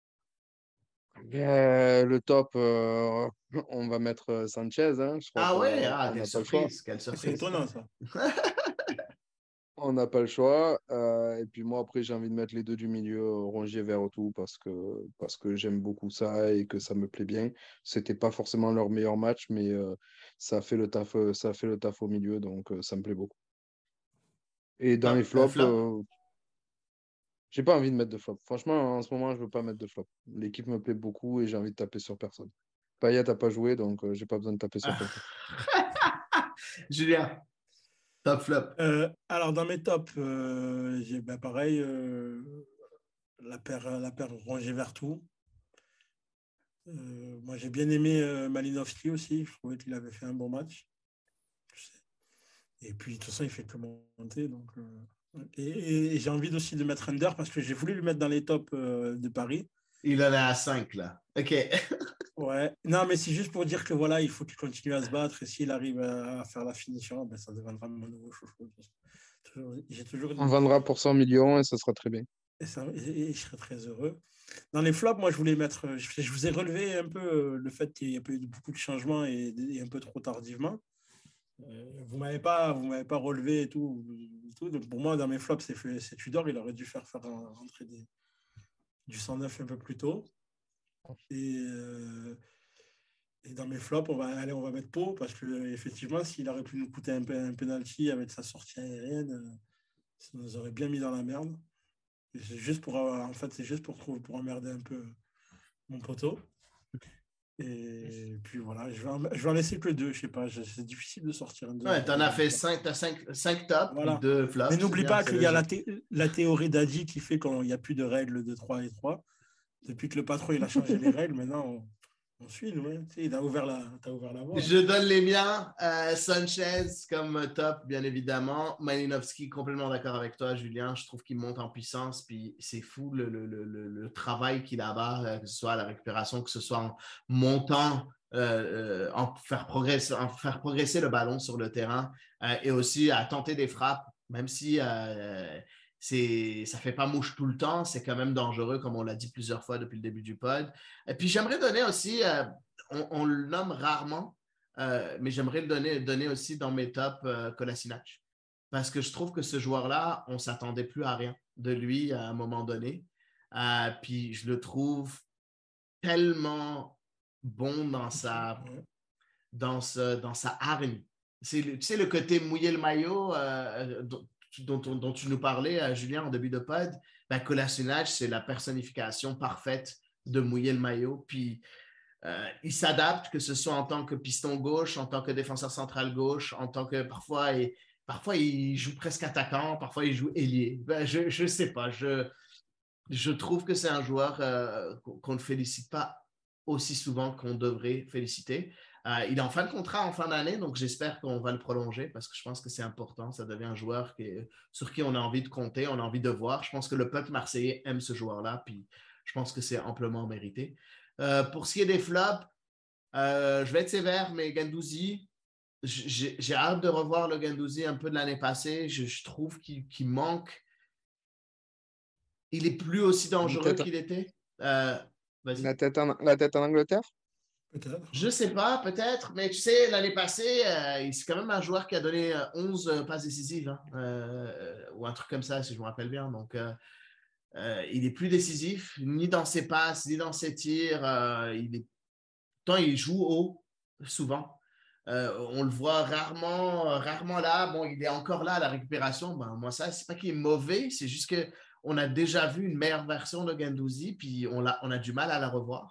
Le top, on va mettre Sanchez. Hein. Je crois Ah ouais, qu'on quelle n'a pas le choix. surprise, quelle C'est surprise. étonnant, ça. On n'a pas le choix. Et puis moi, après, j'ai envie de mettre les deux du milieu, Rongier Verretou, parce que j'aime beaucoup ça et que ça me plaît bien. C'était pas forcément leur meilleur match, mais ça a fait le taf, ça a fait le taf au milieu, donc ça me plaît beaucoup. Et dans les Top, flops, flop. j'ai pas envie de mettre de flop. Franchement, en ce moment, je veux pas mettre de flop. L'équipe me plaît beaucoup et j'ai envie de taper sur personne. Payet n'a pas joué, donc j'ai pas besoin de taper sur quelqu'un. Julien, top, flop. Alors, dans mes tops, j'ai pareil, la paire Rongier-Vertou. Moi, j'ai bien aimé Malinowski aussi. Je trouvais qu'il avait fait un bon match. Et puis, de toute façon, il fait que monter. Donc, et j'ai envie aussi de mettre Under parce que j'ai voulu le mettre dans les tops de Paris. Il en est à 5, là. OK. Ouais. Non, mais c'est juste pour dire que voilà, il faut qu'il continue à se battre. Et s'il arrive à faire la finition, ben, ça deviendra mon nouveau chouchou. J'ai toujours On dit. vendra pour 100 millions et ça sera très bien. et je serais très heureux. Dans les flops, moi, je voulais mettre. Je vous ai relevé un peu le fait qu'il y ait eu beaucoup de changements et un peu trop tardivement. Vous ne m'avez pas relevé et tout, Donc pour moi, dans mes flops, c'est Tudor. Il aurait dû faire rentrer du 109 un peu plus tôt. Et dans mes flops, on va mettre Pau parce qu'effectivement, s'il aurait pu nous coûter un penalty avec sa sortie aérienne, ça nous aurait bien mis dans la merde. Et c'est juste pour emmerder un peu mon poteau. Et puis voilà, je vais en laisser que 2, je sais pas, c'est difficile de sortir un 2. Ouais, t'en as fait 5, t'as 5 tops, voilà. puis 2 flops. Mais n'oublie pas qu'il y a la théorie d'Adi qui fait qu'il n'y a plus de règles de 3 et 3. Depuis que le patron il a changé les règles, maintenant on suit, nous. Hein. Tu sais, t'as ouvert la voie. Je donne les miens. Sanchez comme top, bien évidemment. Malinowski, complètement d'accord avec toi, Julien. Je trouve qu'il monte en puissance. Puis c'est fou le travail qu'il a là-bas, que ce soit à la récupération, que ce soit en montant, en faire progresser le ballon sur le terrain et aussi à tenter des frappes, même si ça ne fait pas mouche tout le temps. C'est quand même dangereux, comme on l'a dit plusieurs fois depuis le début du pod. Et puis j'aimerais donner aussi. On le nomme rarement, mais j'aimerais le donner aussi dans mes tops Kolasinac. Parce que je trouve que ce joueur-là, on ne s'attendait plus à rien de lui à un moment donné. Puis je le trouve tellement bon dans sa hargne. Tu sais, le côté mouiller le maillot dont tu nous parlais, Julien, en début de pod. Ben, Kolasinac, c'est la personnification parfaite de mouiller le maillot. Puis il s'adapte, que ce soit en tant que piston gauche, en tant que défenseur central gauche, en tant que parfois il joue presque attaquant, parfois il joue ailier. Ben, je sais pas. Je trouve que c'est un joueur qu'on ne félicite pas aussi souvent qu'on devrait féliciter. Il est en fin de contrat en fin d'année, donc j'espère qu'on va le prolonger parce que je pense que c'est important. Ça devient un joueur sur qui on a envie de compter, on a envie de voir. Je pense que le peuple marseillais aime ce joueur-là, puis je pense que c'est amplement mérité. Pour ce qui est des flops, je vais être sévère, mais Guendouzi, j'ai hâte de revoir le Guendouzi un peu de l'année passée. Je trouve qu'il manque. Il est plus aussi dangereux qu'il était. Vas-y. La tête en Angleterre? Peut-être. Je sais pas, peut-être, mais tu sais, l'année passée, c'est quand même un joueur qui a donné 11 passes décisives, hein, ou un truc comme ça, si je me rappelle bien. Donc, il est plus décisif, ni dans ses passes, ni dans ses tirs. Il joue haut, souvent. On le voit rarement là. Bon, il est encore là à la récupération. Ben, moi, ça, c'est pas qu'il est mauvais, c'est juste qu'on a déjà vu une meilleure version de Guendouzi, puis on a du mal à la revoir.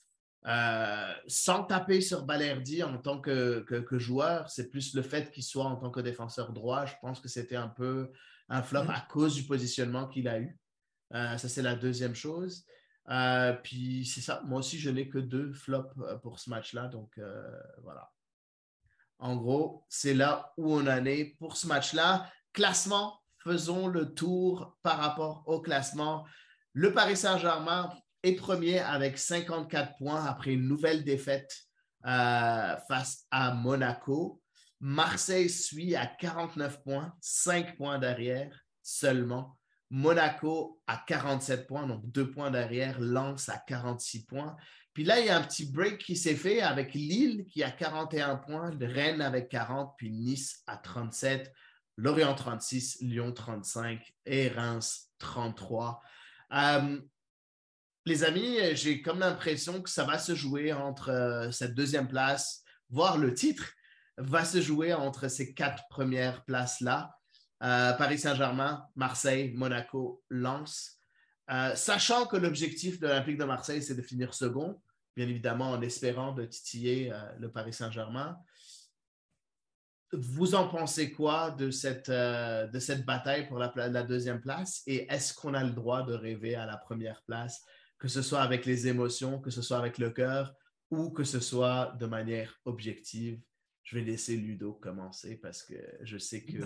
Sans taper sur Balerdi en tant que joueur, c'est plus le fait qu'il soit en tant que défenseur droit. Je pense que c'était un peu un flop à cause du positionnement qu'il a eu. Ça, c'est la deuxième chose. Puis c'est ça. Moi aussi, je n'ai que 2 flops pour ce match-là. Donc, voilà. En gros, c'est là où on en est pour ce match-là. Classement, faisons le tour par rapport au classement. Le Paris Saint-Germain est premier avec 54 points après une nouvelle défaite face à Monaco. Marseille suit à 49 points, 5 points derrière seulement. Monaco à 47 points, donc 2 points derrière. Lens à 46 points. Puis là, il y a un petit break qui s'est fait avec Lille qui a 41 points, Rennes avec 40, puis Nice à 37, Lorient 36, Lyon 35 et Reims 33. Les amis, j'ai comme l'impression que ça va se jouer entre cette deuxième place, voire le titre, va se jouer entre ces 4 premières places-là. Paris Saint-Germain, Marseille, Monaco, Lens. Sachant que l'objectif de l'Olympique de Marseille, c'est de finir second, bien évidemment en espérant de titiller le Paris Saint-Germain. Vous en pensez quoi de cette bataille pour la deuxième place? Et est-ce qu'on a le droit de rêver à la première place, que ce soit avec les émotions, que ce soit avec le cœur ou que ce soit de manière objective? Je vais laisser Ludo commencer parce que je sais que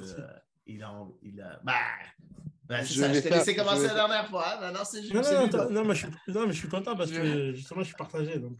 c'est ça, je t'ai laissé commencer la dernière fois. Maintenant, c'est Ludo. Non, mais je suis content parce que justement, je suis partagé. Donc,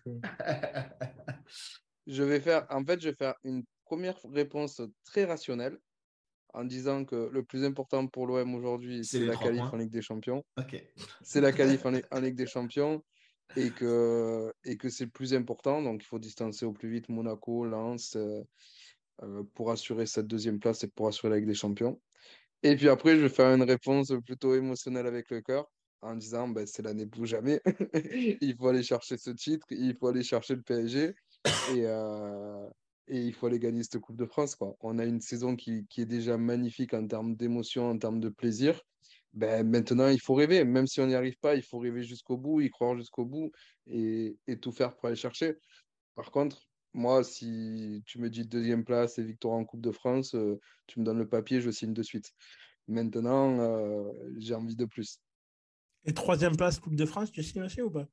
je vais faire une première réponse très rationnelle. en disant que le plus important pour l'OM aujourd'hui, C'est c'est les la 3 qualif points. en Ligue des Champions. OK. C'est la qualif en Ligue des Champions et que c'est le plus important. Donc, il faut distancer au plus vite Monaco, Lens pour assurer cette deuxième place et pour assurer la Ligue des Champions. Et puis après, je vais faire une réponse plutôt émotionnelle avec le cœur en disant ben, c'est l'année pour jamais. Il faut aller chercher ce titre, il faut aller chercher le PSG et, euh, et il faut aller gagner cette Coupe de France, quoi. On a une saison qui est déjà magnifique en termes d'émotion, en termes de plaisir. Ben, maintenant, il faut rêver. Même si on n'y arrive pas, il faut rêver jusqu'au bout, y croire jusqu'au bout et tout faire pour aller chercher. Par contre, moi, si tu me dis deuxième place et victoire en Coupe de France, tu me donnes le papier, je signe de suite. Maintenant, j'ai envie de plus. Et troisième place, Coupe de France, tu signes aussi ou pas?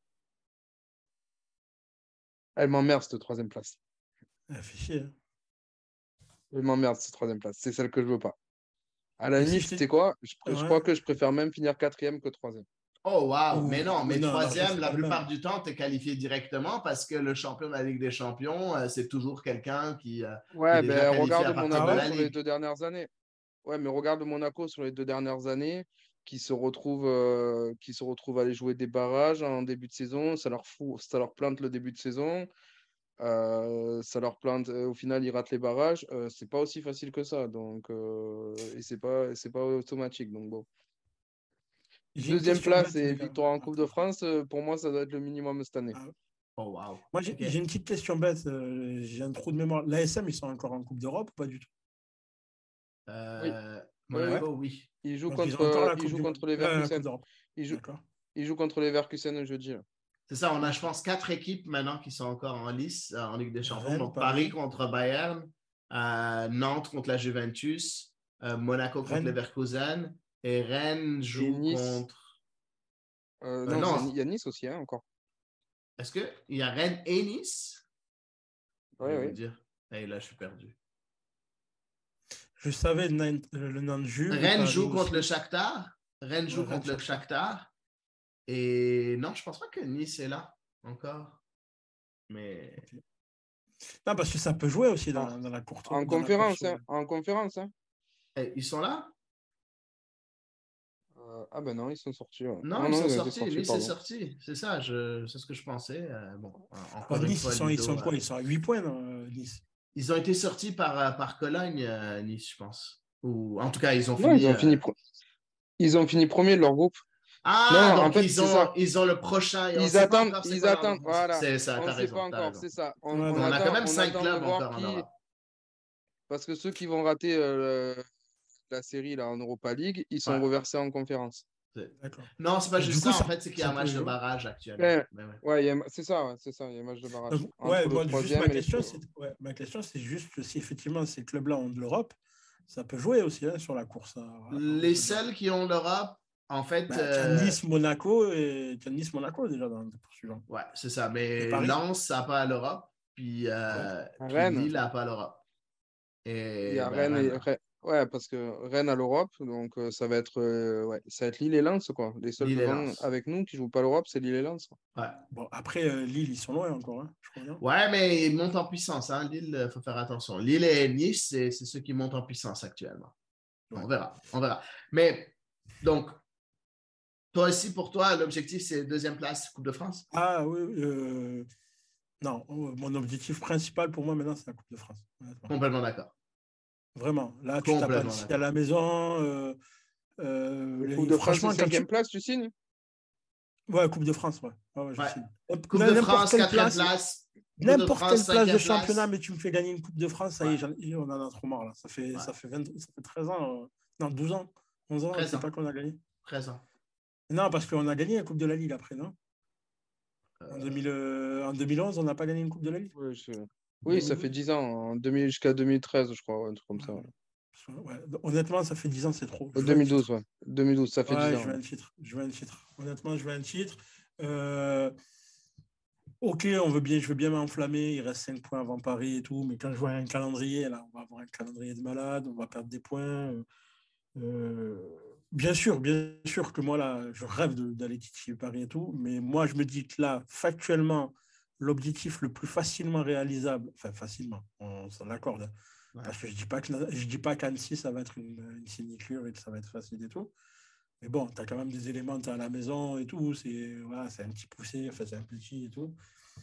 Elle m'emmerde, cette troisième place. Fait chier. Hein. Elle m'emmerde, cette troisième place. C'est celle que je veux pas. À la Et si limite, je tu te... sais quoi? Je Ouais. crois que je préfère même finir quatrième que troisième. Oh, wow. Ou... Mais non, mais non, l'argent, troisième, c'est la pas le même. plupart du temps, tu es qualifié directement parce que le champion de la Ligue des Champions, c'est toujours quelqu'un qui est Ouais, déjà ben qualifié regarde à partir Ah de ouais? Monaco la sur les Ligue. 2 dernières années. Ouais, mais regarde Monaco sur les 2 dernières années qui se retrouvent à aller jouer des barrages en début de saison. Ça leur plante le début de saison. Ça leur plante. Au final, ils ratent les barrages. C'est pas aussi facile que ça. Donc, et c'est pas automatique. Donc bon. J'ai une Deuxième question place bête, et les gars. victoire en Coupe de Attends. France, pour moi, ça doit être le minimum cette année. Ah ouais. Oh, wow. Moi, OK. j'ai une petite question bête. J'ai un trou de mémoire. L'ASM, ils sont encore en Coupe d'Europe ou pas du tout? Oui, oui, oui. Ouais. Monaco, oui. Donc, ils ont encore la Il Coupe joue du Monde. contre les La Coupe Verkusen. d'Europe. Il joue, D'accord. il joue contre les Verkusen jeudi, là. C'est ça, on a, je pense, 4 équipes maintenant qui sont encore en lice en Ligue des Champions. Rennes, Donc, Paris Paris, contre Bayern, Nantes contre la Juventus, Monaco contre Rennes Leverkusen et Rennes Et joue Nice. contre. Non, Non, il y a Nice aussi, hein, encore. est-ce qu'il y a Rennes et Nice? Je Oui, vais vous oui. dire. Et là, je suis perdu. Je savais le Nantes Juve et Rennes Paris joue contre le aussi. Shakhtar. Rennes Ouais, joue Rennes, contre le Shakhtar. Shakhtar. Et non, je pense pas que Nice est là encore. Mais Ok. Non, parce que ça peut jouer aussi En, dans la course. en Dans la course. conférence, hein. En conférence, hein. ils sont là? Ah ben non, ils sont sortis. Ouais. Non, Non, ils non, sont ils ont été sortis. sortis, Nice est pardon. sorti. C'est ça, c'est ce que je pensais. Bon, Oh, encore une Nice, fois, ils sont Ludo. quoi? Ils sont à 8 points, non, Nice. Ils ont été sortis par Cologne, Nice, je pense. Ou en tout cas, ils ont Non, fini. ils ont fini premier de leur groupe. Non, Ah, en donc fait, c'est ça. ils ont le prochain et on ne sait pas encore c'est Ils quoi leur attendent, groupe. voilà. C'est ça, On ne sait pas t'as encore, raison. c'est ça. Ouais, On a donc, quand même On 5 attend de clubs voir encore en qui. Europe. Parce que ceux qui vont rater la série là, en Europa League, ils sont Ouais. reversés en conférence. d'accord. Non, c'est pas Donc, du juste coup, ça. En fait, c'est qu'il y a ça un peut match de jouer. barrage actuellement. Ouais, Mais ouais. ouais, c'est ça, ouais, c'est ça. Il y a un match de barrage Donc, ouais, entre le moi, juste troisième et les. ma question, c'est juste que si effectivement ces clubs-là ont de l'Europe, ça peut jouer aussi hein, sur la course au Les titre d'Europe. seuls qui ont l'Europe, en fait, Bah, tu as Nice, Monaco et tu as Nice, Monaco déjà dans le poursuivant. ouais, c'est ça. Et Mais Paris? Lens, ça n'a pas à l'Europe. Ah ouais. Puis Rennes, Lille n'a pas à l'Europe. il y Et a ben, Rennes Rennes. Ouais, parce que Rennes à l'Europe, donc ça va être Lille et Lens, quoi. Les seuls Lille et devant Lens. avec nous qui jouent pas l'Europe, c'est Lille et Lens, quoi. Ouais. Bon, après, Lille, ils sont loin encore, hein, je crois bien. Ouais, mais ils montent en puissance. Hein. Lille, il faut faire attention. Lille et Nice, c'est ceux qui montent en puissance actuellement. Ouais. On verra. On verra. Mais donc, toi aussi, pour toi, l'objectif, c'est deuxième place, Coupe de France? Ah oui, non, mon objectif principal pour moi maintenant, c'est la Coupe de France. Honnêtement. Complètement d'accord. Vraiment, là, tu tapes Complètement ici à d'accord. la maison. Coupe de France, Franchement, c'est quand tu. cinquième place, tu signes? Ouais, Coupe de France, ouais. Je Ouais. signe. Coupe de N'importe France, quelle quatrième place, place. Coupe de n'importe France, quelle place de cinquième championnat, place. mais tu me fais gagner une Coupe de France, ça y Ouais. est, on en a trop marre là. Ça fait, Ouais. ça fait 13 ans, non, 12 ans, 11 ans, 13 c'est ans. pas qu'on a gagné. 13 ans. Non, parce qu'on a gagné la Coupe de la Ligue après, non en 2011, on n'a pas gagné une Coupe de la Ligue. Oui, ça fait 10 ans, jusqu'à 2013, je crois, un truc comme ça. Ouais. Ouais. Honnêtement, ça fait 10 ans, c'est trop. 2012, ouais. 2012, ça fait 10 Ouais, ans. je veux un titre. Honnêtement, je veux un titre. Ok, je veux bien m'enflammer. Il reste 5 points avant Paris et tout. Mais quand je vois un calendrier, là, on va avoir un calendrier de malade. On va perdre des points. Bien sûr que moi, là, je rêve d'aller titiller Paris et tout. Mais moi, je me dis que là, factuellement, l'objectif le plus facilement réalisable, enfin, facilement, on s'en accorde, Ouais. Parce que je dis pas qu'Annecy, ça va être une sinécure et que ça va être facile et tout. Mais bon, tu as quand même des éléments, tu à la maison et tout. Voilà, c'est un petit poussé, enfin, c'est un petit et tout.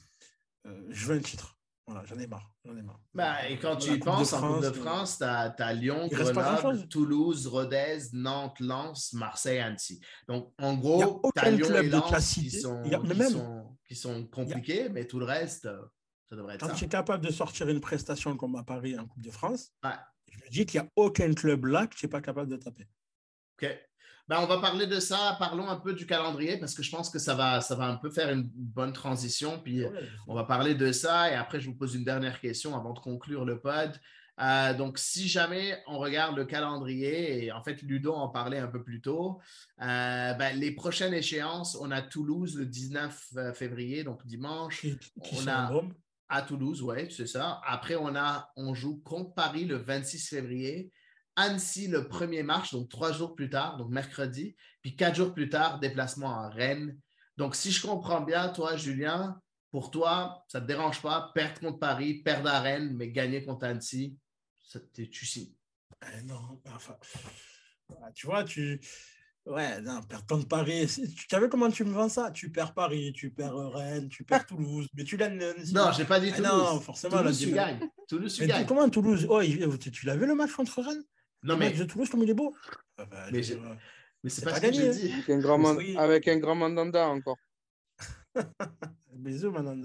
Je veux un titre. Voilà, j'en ai marre. J'en ai marre. Bah, et quand tu La y Coupe de penses, en Coupe de France, France, tu as Lyon, il reste pas Grenoble, grand-chose. Toulouse, Rodez, Nantes, Lens, Marseille, Annecy. Donc, en Il n'y a gros, tu as aucun Lyon et club de Lens qui classité. sont, Mais qui même, sont, qui sont il y a, compliqués, mais tout le reste, ça devrait être quand tu ça. es capable de sortir une prestation comme à Paris en Coupe de France, Ouais. je me dis qu'il n'y a aucun club là que tu n'es pas capable de taper. OK. Ben, on va parler de ça. Parlons un peu du calendrier parce que je pense que ça va un peu faire une bonne transition. Puis Ouais, on va parler de ça et après, je vous pose une dernière question avant de conclure le pod. Donc, si jamais on regarde le calendrier, et en fait, Ludo en parlait un peu plus tôt, ben, les prochaines échéances, on a Toulouse le 19 février, donc dimanche. Qui On sont en a bombe. à Toulouse, oui, c'est ça. Après, on joue contre Paris le 26 février. Annecy le 1er mars, donc 3 jours plus tard, donc mercredi. Puis 4 jours plus tard, déplacement à Rennes. Donc, si je comprends bien, toi, Julien, pour toi, ça ne te dérange pas, perdre contre Paris, perdre à Rennes, mais gagner contre Annecy, tu signes. Non, enfin, tu vois, ouais, non, perdre contre Paris. Tu savais comment tu me vends ça? Tu perds Paris, tu perds Rennes, tu perds Toulouse, mais tu gagnes Non, Annecy. je n'ai pas dit Non, Toulouse. forcément, Toulouse, tu gagnes. Toulouse, tu mais gagnes. comment Toulouse? Oh, tu l'as vu le match contre Rennes? Non, Le match de Toulouse, comme il est beau? Ah bah, je mais, veux dire, mais c'est c'est pas pas ce que j'ai gagné. Hein. dit. Grand Oui. avec un grand mandanda encore. Bisous, Mananda.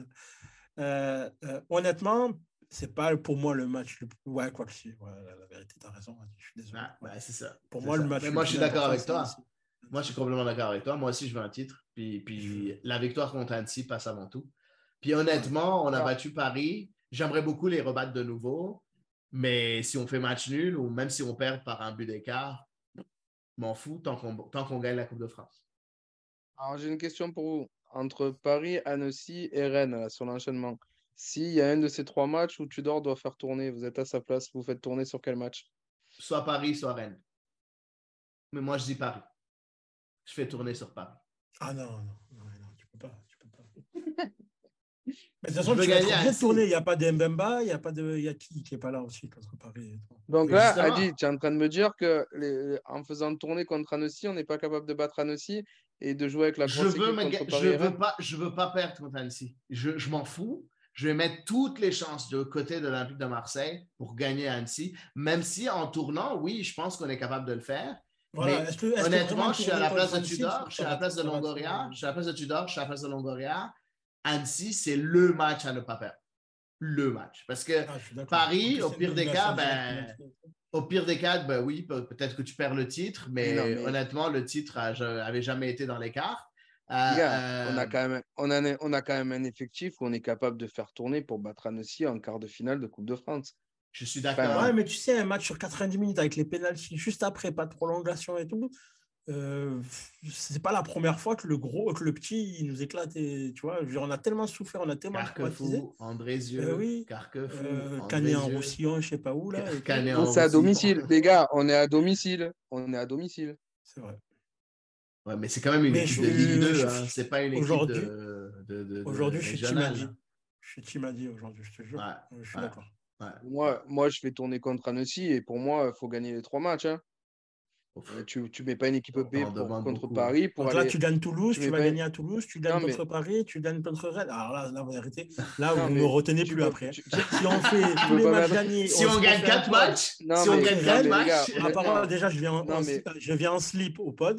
Honnêtement, c'est pas pour moi le match le plus. Ouais, quoi que si. Ouais, la vérité, t'as raison. Je suis désolé. Ah, Ouais. ben, c'est ça. Pour C'est moi, le ça. Mais match le moi, je plus suis d'accord important, avec c'est toi. Annecy. Moi, je suis complètement d'accord avec toi. Moi aussi, je veux un titre. Puis, Je puis veux- la victoire contre Annecy passe avant tout. Puis Ouais. honnêtement, on a Ah, battu Paris. J'aimerais beaucoup les rebattre de nouveau. Mais si on fait match nul ou même si on perd par un but d'écart, m'en fous tant qu'on gagne la Coupe de France. alors, j'ai une question pour vous. Entre Paris, Annecy et Rennes, là, sur l'enchaînement, s'il y a un de ces trois matchs où Tudor doit faire tourner, vous êtes à sa place, vous faites tourner sur quel match? Soit Paris, soit Rennes. Mais moi, je dis Paris. Je fais tourner sur Paris. Ah non, non, non, non, tu peux pas. Tu peux pas. Mais de toute Je façon, veux tu vas être gagner obligé de tourner. Annecy. Il n'y a pas de Mbemba, il y a pas de. Il y a qui est pas là aussi contre Paris et tout. Donc Mais là, Adi, justement, tu es en train de me dire que en faisant tourner contre Annecy, on n'est pas capable de battre Annecy et de jouer avec la je grosse veux, équipe me contre je Paris et veux Rennes? pas, je veux pas perdre contre Annecy. Je m'en fous. Je vais mettre toutes les chances de côté de l'Olympique de Marseille pour gagner à Annecy, même si en tournant, oui, je pense qu'on est capable de le faire. Voilà. Mais Est-ce que vraiment honnêtement, je suis à tourner la place contre de Annecy, Tudor, je suis ça à la va, place de ça va te. Longoria, je suis à la place de Tudor, je suis à la place de Longoria. Annecy, c'est le match à ne pas perdre. Le match. Parce que Ah, je suis d'accord. En Paris, plus, c'est une élimination directe penalty. au pire des cas, ben oui, peut-être que tu perds le titre, Mais non, mais mais honnêtement, le titre avait jamais été dans les cartes. les gars, Euh, on a quand même un effectif où on est capable de faire tourner pour battre Annecy en quart de finale de Coupe de France. je suis Ouais, Enfin, d'accord. mais tu sais, un match sur 90 minutes avec les pénaltys juste après, pas de prolongation et tout, euh, c'est pas la première fois que que le petit, il nous éclate. Et, tu vois, je veux dire, on a tellement souffert, on a tellement traumatisé. Carquefou, Andrézieux, Oui, Carquefou, Canet en Andrézieux, Roussillon, je sais pas où, là, et tout. Canet oh, en c'est à Roussillon. domicile. Les gars, on est à domicile. On est à domicile. C'est vrai. Ouais, mais c'est quand même une Mais équipe de Ligue 2, hein. C'est pas une équipe aujourd'hui, de aujourd'hui, je suis régionale, Timadi. hein. Je suis Timadi aujourd'hui, je te jure. Je Ouais, suis ouais, d'accord. ouais. Moi, je fais tourner contre Annecy et pour moi, il faut gagner les trois matchs. Hein. Ouf, Tu mets pas une équipe B t'en demandes contre beaucoup, hein. Paris pour Donc là, aller. tu gagnes Toulouse, Tu tu mets vas pas. gagner à Toulouse, tu gagnes Non, mais contre Paris, tu gagnes contre Rennes. Alors là, vous arrêtez. Là, non, vous me mais retenez tu plus peux, après. tu, Si on fait tu tous peux les pas matchs mettre. gagnés, Si on on gagne fait un 4 pod matchs, Non, si on mais, contre gagne non, quatre Rennes. mais les gars, matchs, À part, honnêtement, déjà, non, mais je viens en slip au pod.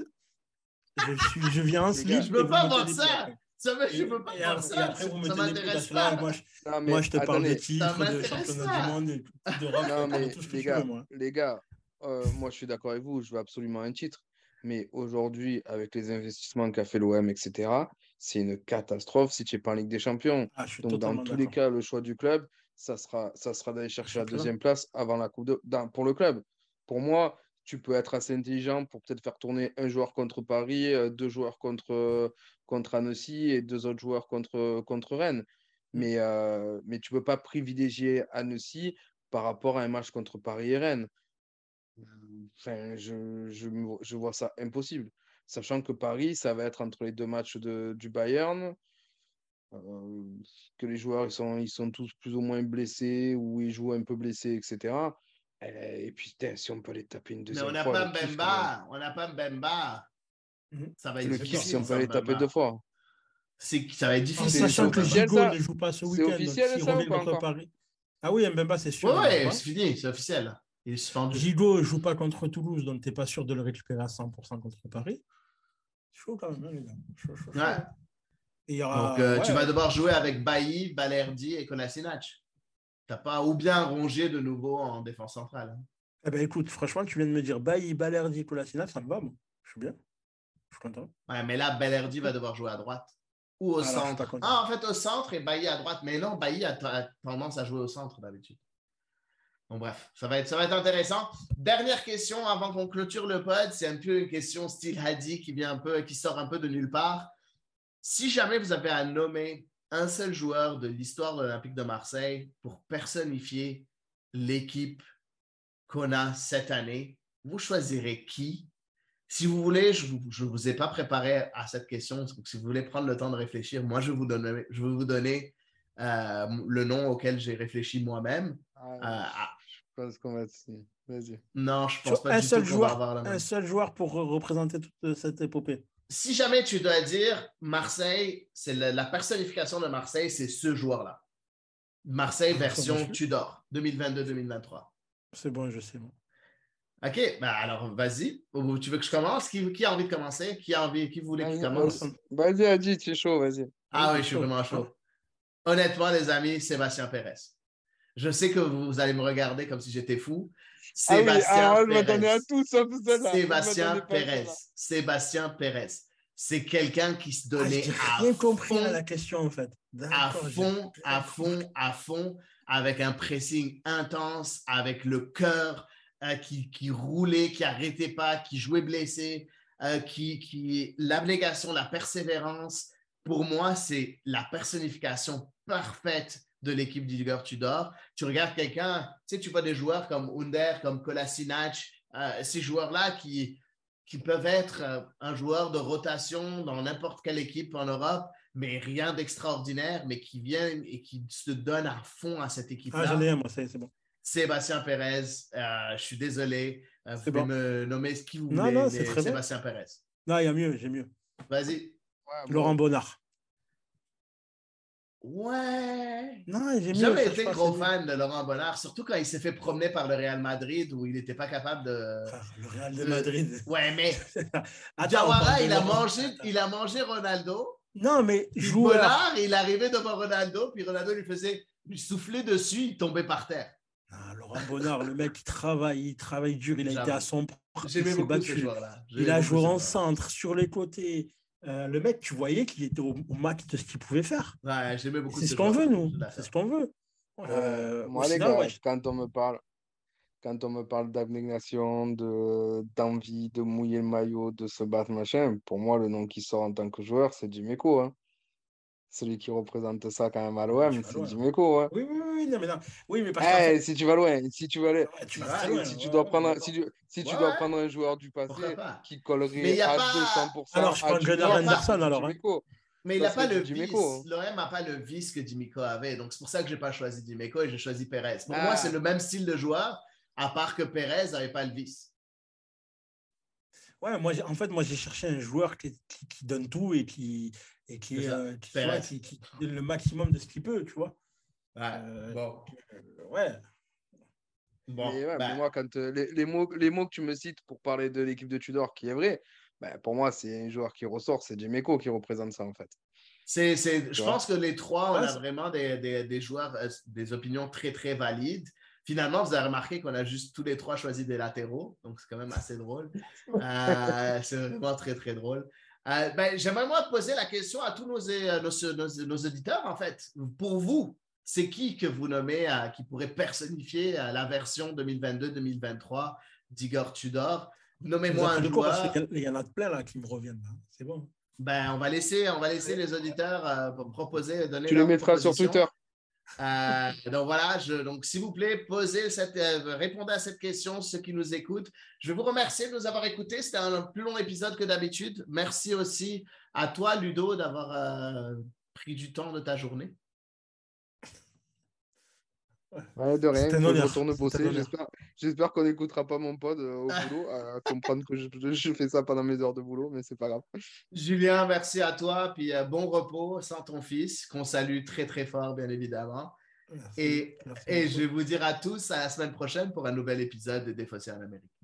Je viens en les gars, je slip et veux vous pas me voir tenez plus ça. après. Je veux pas voir Et ça. après, vous me Ça tenez plus m'intéresse parce que là, pas. non, moi mais je te parle de attendez, Ça titres, de m'intéresse championnat du pas. monde, de Coupe d'Europe, je te non, parle de mais tout ce que tu veux, moi. les gars, moi, je suis d'accord avec vous, je veux absolument un titre. Mais aujourd'hui, avec les investissements qu'a fait l'OM, etc., c'est une catastrophe si tu n'es pas en Ligue des Champions. Ah, je suis Donc, dans totalement tous les d'accord. cas, le choix du club, ça sera d'aller Le chercher la championnat. deuxième place avant la pour le club. Pour moi, tu peux être assez intelligent pour peut-être faire tourner un joueur contre Paris, deux joueurs contre Annecy et deux autres joueurs contre Rennes. Mm. Mais tu ne peux pas privilégier Annecy par rapport à un match contre Paris et Rennes. Enfin, je vois ça impossible. Sachant que Paris, ça va être entre les deux matchs du Bayern. que les joueurs ils sont tous plus ou moins blessés ou ils jouent un peu blessés, etc. Et puis, putain, si on peut les taper une Mais on deuxième n'a fois, pas le kiff quand même. Mbemba. On n'a pas Mbemba. Mhm. Ça va être Le kiff, si difficile on peut sans les taper deux Mbemba. fois. Ça va être En difficile C'est sans sachant que Mbemba. officiel, Gigot ça? ne joue pas ce C'est week-end, donc officiel, s'il ça, ou revient pas contre encore? Paris. Ah oui, Mbemba, c'est Oui, sûr, il ne joue ouais, pas. c'est fini, c'est officiel. Il est suspendu. Gigot ne joue pas contre Toulouse, donc tu n'es pas sûr de le récupérer à 100% contre Paris. Chaud quand même, hein, les gars. Chaud, chaud, chaud. Ouais. Et il y Donc, aura. tu Ouais. vas devoir jouer avec Bailly, Balerdi et Kolasinac. T'as pas ou bien rongé de nouveau en défense centrale. Hein. Eh ben écoute, franchement, tu viens de me dire Bailly, Balerdi, Kolasinac, ça me va, moi. Je suis bien. Je suis content. Ouais, mais là, Balerdi va devoir jouer à droite ou au Alors, je suis pas centre. content. Ah, en fait, au centre et Bailly à droite. Mais non, Bailly a tendance à jouer au centre d'habitude. Bon, bref, ça va être intéressant. Dernière question avant qu'on clôture le pod. C'est un peu une question style Hadi qui sort un peu de nulle part. Si jamais vous avez à nommer un seul joueur de l'histoire de l'Olympique de Marseille pour personnifier l'équipe qu'on a cette année, vous choisirez qui? Si vous voulez, je ne vous ai pas préparé à cette question. Donc, si vous voulez prendre le temps de réfléchir, moi, je vais vous donner le nom auquel j'ai réfléchi moi-même. Je pense qu'on va te... Vas-y. Non, je ne pense Sur pas du tout qu'on va avoir la même. un seul joueur pour représenter toute cette épopée. Si jamais tu dois dire Marseille, c'est la personnification de Marseille, c'est ce joueur-là. Marseille version Tudor, 2022-2023. C'est bon, je sais. Bon. OK, ben alors vas-y. Tu veux que je commence? Qui a envie de commencer? Qui voulait qu'il commence? Vas-y, Adi, tu es chaud, vas-y. Ah oui, je suis vraiment chaud. Honnêtement, les amis, Sébastien Pérez. Je sais que vous allez me regarder comme si j'étais fou. Sébastien Pérez. Je m'attendais à tout sauf celle-là. Sébastien Pérez. C'est quelqu'un qui se donnait à fond. Compris à la question, en fait. À fond, avec un pressing intense, avec le cœur qui roulait, qui n'arrêtait pas, qui jouait blessé, l'abnégation, la persévérance. Pour moi, c'est la personnification parfaite de l'équipe d'Igor Tudor. Tu regardes quelqu'un, tu vois des joueurs comme Under, comme Kolasinac, ces joueurs-là qui peuvent être un joueur de rotation dans n'importe quelle équipe en Europe, mais rien d'extraordinaire, mais qui viennent et qui se donnent à fond à cette équipe-là. Ah, j'en ai un, moi, c'est bon. Sébastien Pérez, je suis désolé, vous pouvez me nommer ce qui vous voulez, mais c'est Sébastien Pérez. Non, il y a mieux, j'ai mieux. Vas-y. Ouais, Laurent Bonnard. Ouais. Non, j'ai jamais été gros fan de Laurent Bonnard, surtout quand il s'est fait promener par le Real Madrid où il n'était pas capable de. Le Real de Madrid. Ouais, mais. Diawara, il a mangé Ronaldo. Non, mais joueur. Bonnard, il arrivait devant Ronaldo, puis Ronaldo lui soufflait dessus, il tombait par terre. Ah, Laurent Bonnard, le mec, il travaille dur, il a été à son propre. J'aimais beaucoup ce joueur-là. Il a joué en centre, sur les côtés. Le mec, tu voyais qu'il était au max de ce qu'il pouvait faire. Ouais, j'aimais beaucoup. C'est ce qu'on veut, nous. C'est ce qu'on veut. Moi, les gars, quand on me parle d'abnégation, d'envie de mouiller le maillot, de se battre, machin, pour moi, le nom qui sort en tant que joueur, c'est Dimeco. Hein. Celui qui représente ça quand même à l'OM, c'est Dimeco. Hein. Oui, mais parce que si tu vas loin, si tu dois prendre un joueur du passé qui collerait à 200%. Alors, je prends Gunnar Anderson, alors. Mais il n'a pas le vice. L'OM n'a pas le vice que Dimeco avait. Donc, c'est pour ça que je n'ai pas choisi Dimeco et j'ai choisi Pérez. Pour moi, c'est le même style de joueur, à part que Pérez n'avait pas le vice. Ouais, moi, j'ai cherché un joueur qui donne tout et qui donne le maximum de ce qu'il peut, tu vois. Bon. Bon, mais moi, quand les mots que tu me cites pour parler de l'équipe de Tudor, qui est vrai, pour moi, c'est un joueur qui ressort, c'est Dimeco qui représente ça, en fait. Je pense que les trois, on a vraiment des joueurs, des opinions très, très valides. Finalement, vous avez remarqué qu'on a juste tous les trois choisi des latéraux, donc c'est quand même assez drôle. C'est vraiment très, très drôle. J'aimerais moi poser la question à tous nos auditeurs, en fait. Pour vous, c'est qui que vous nommez qui pourrait personnifier la version 2022-2023 d'Igor Tudor? Nommez-moi un joueur. Il y en a plein là qui me reviennent. Là. C'est bon. On va laisser les auditeurs proposer, donner. Tu les mettras sur Twitter. Donc voilà, donc s'il vous plaît, répondez à cette question, ceux qui nous écoutent. Je veux vous remercier de nous avoir écoutés. C'était un plus long épisode que d'habitude. Merci aussi à toi, Ludo, d'avoir pris du temps de ta journée. Ouais, de rien, C'est un il faut que je honneur. retourne C'est un bosser. honneur. J'espère qu'on n'écoutera pas mon pod au boulot, à comprendre que je fais ça pendant mes heures de boulot, mais c'est pas grave. Julien, merci à toi. Puis bon repos sans ton fils, qu'on salue très, très fort, bien évidemment. Merci. Et, Merci et je beaucoup. vais vous dire à tous à la semaine prochaine pour un nouvel épisode de Défaussé en Amérique.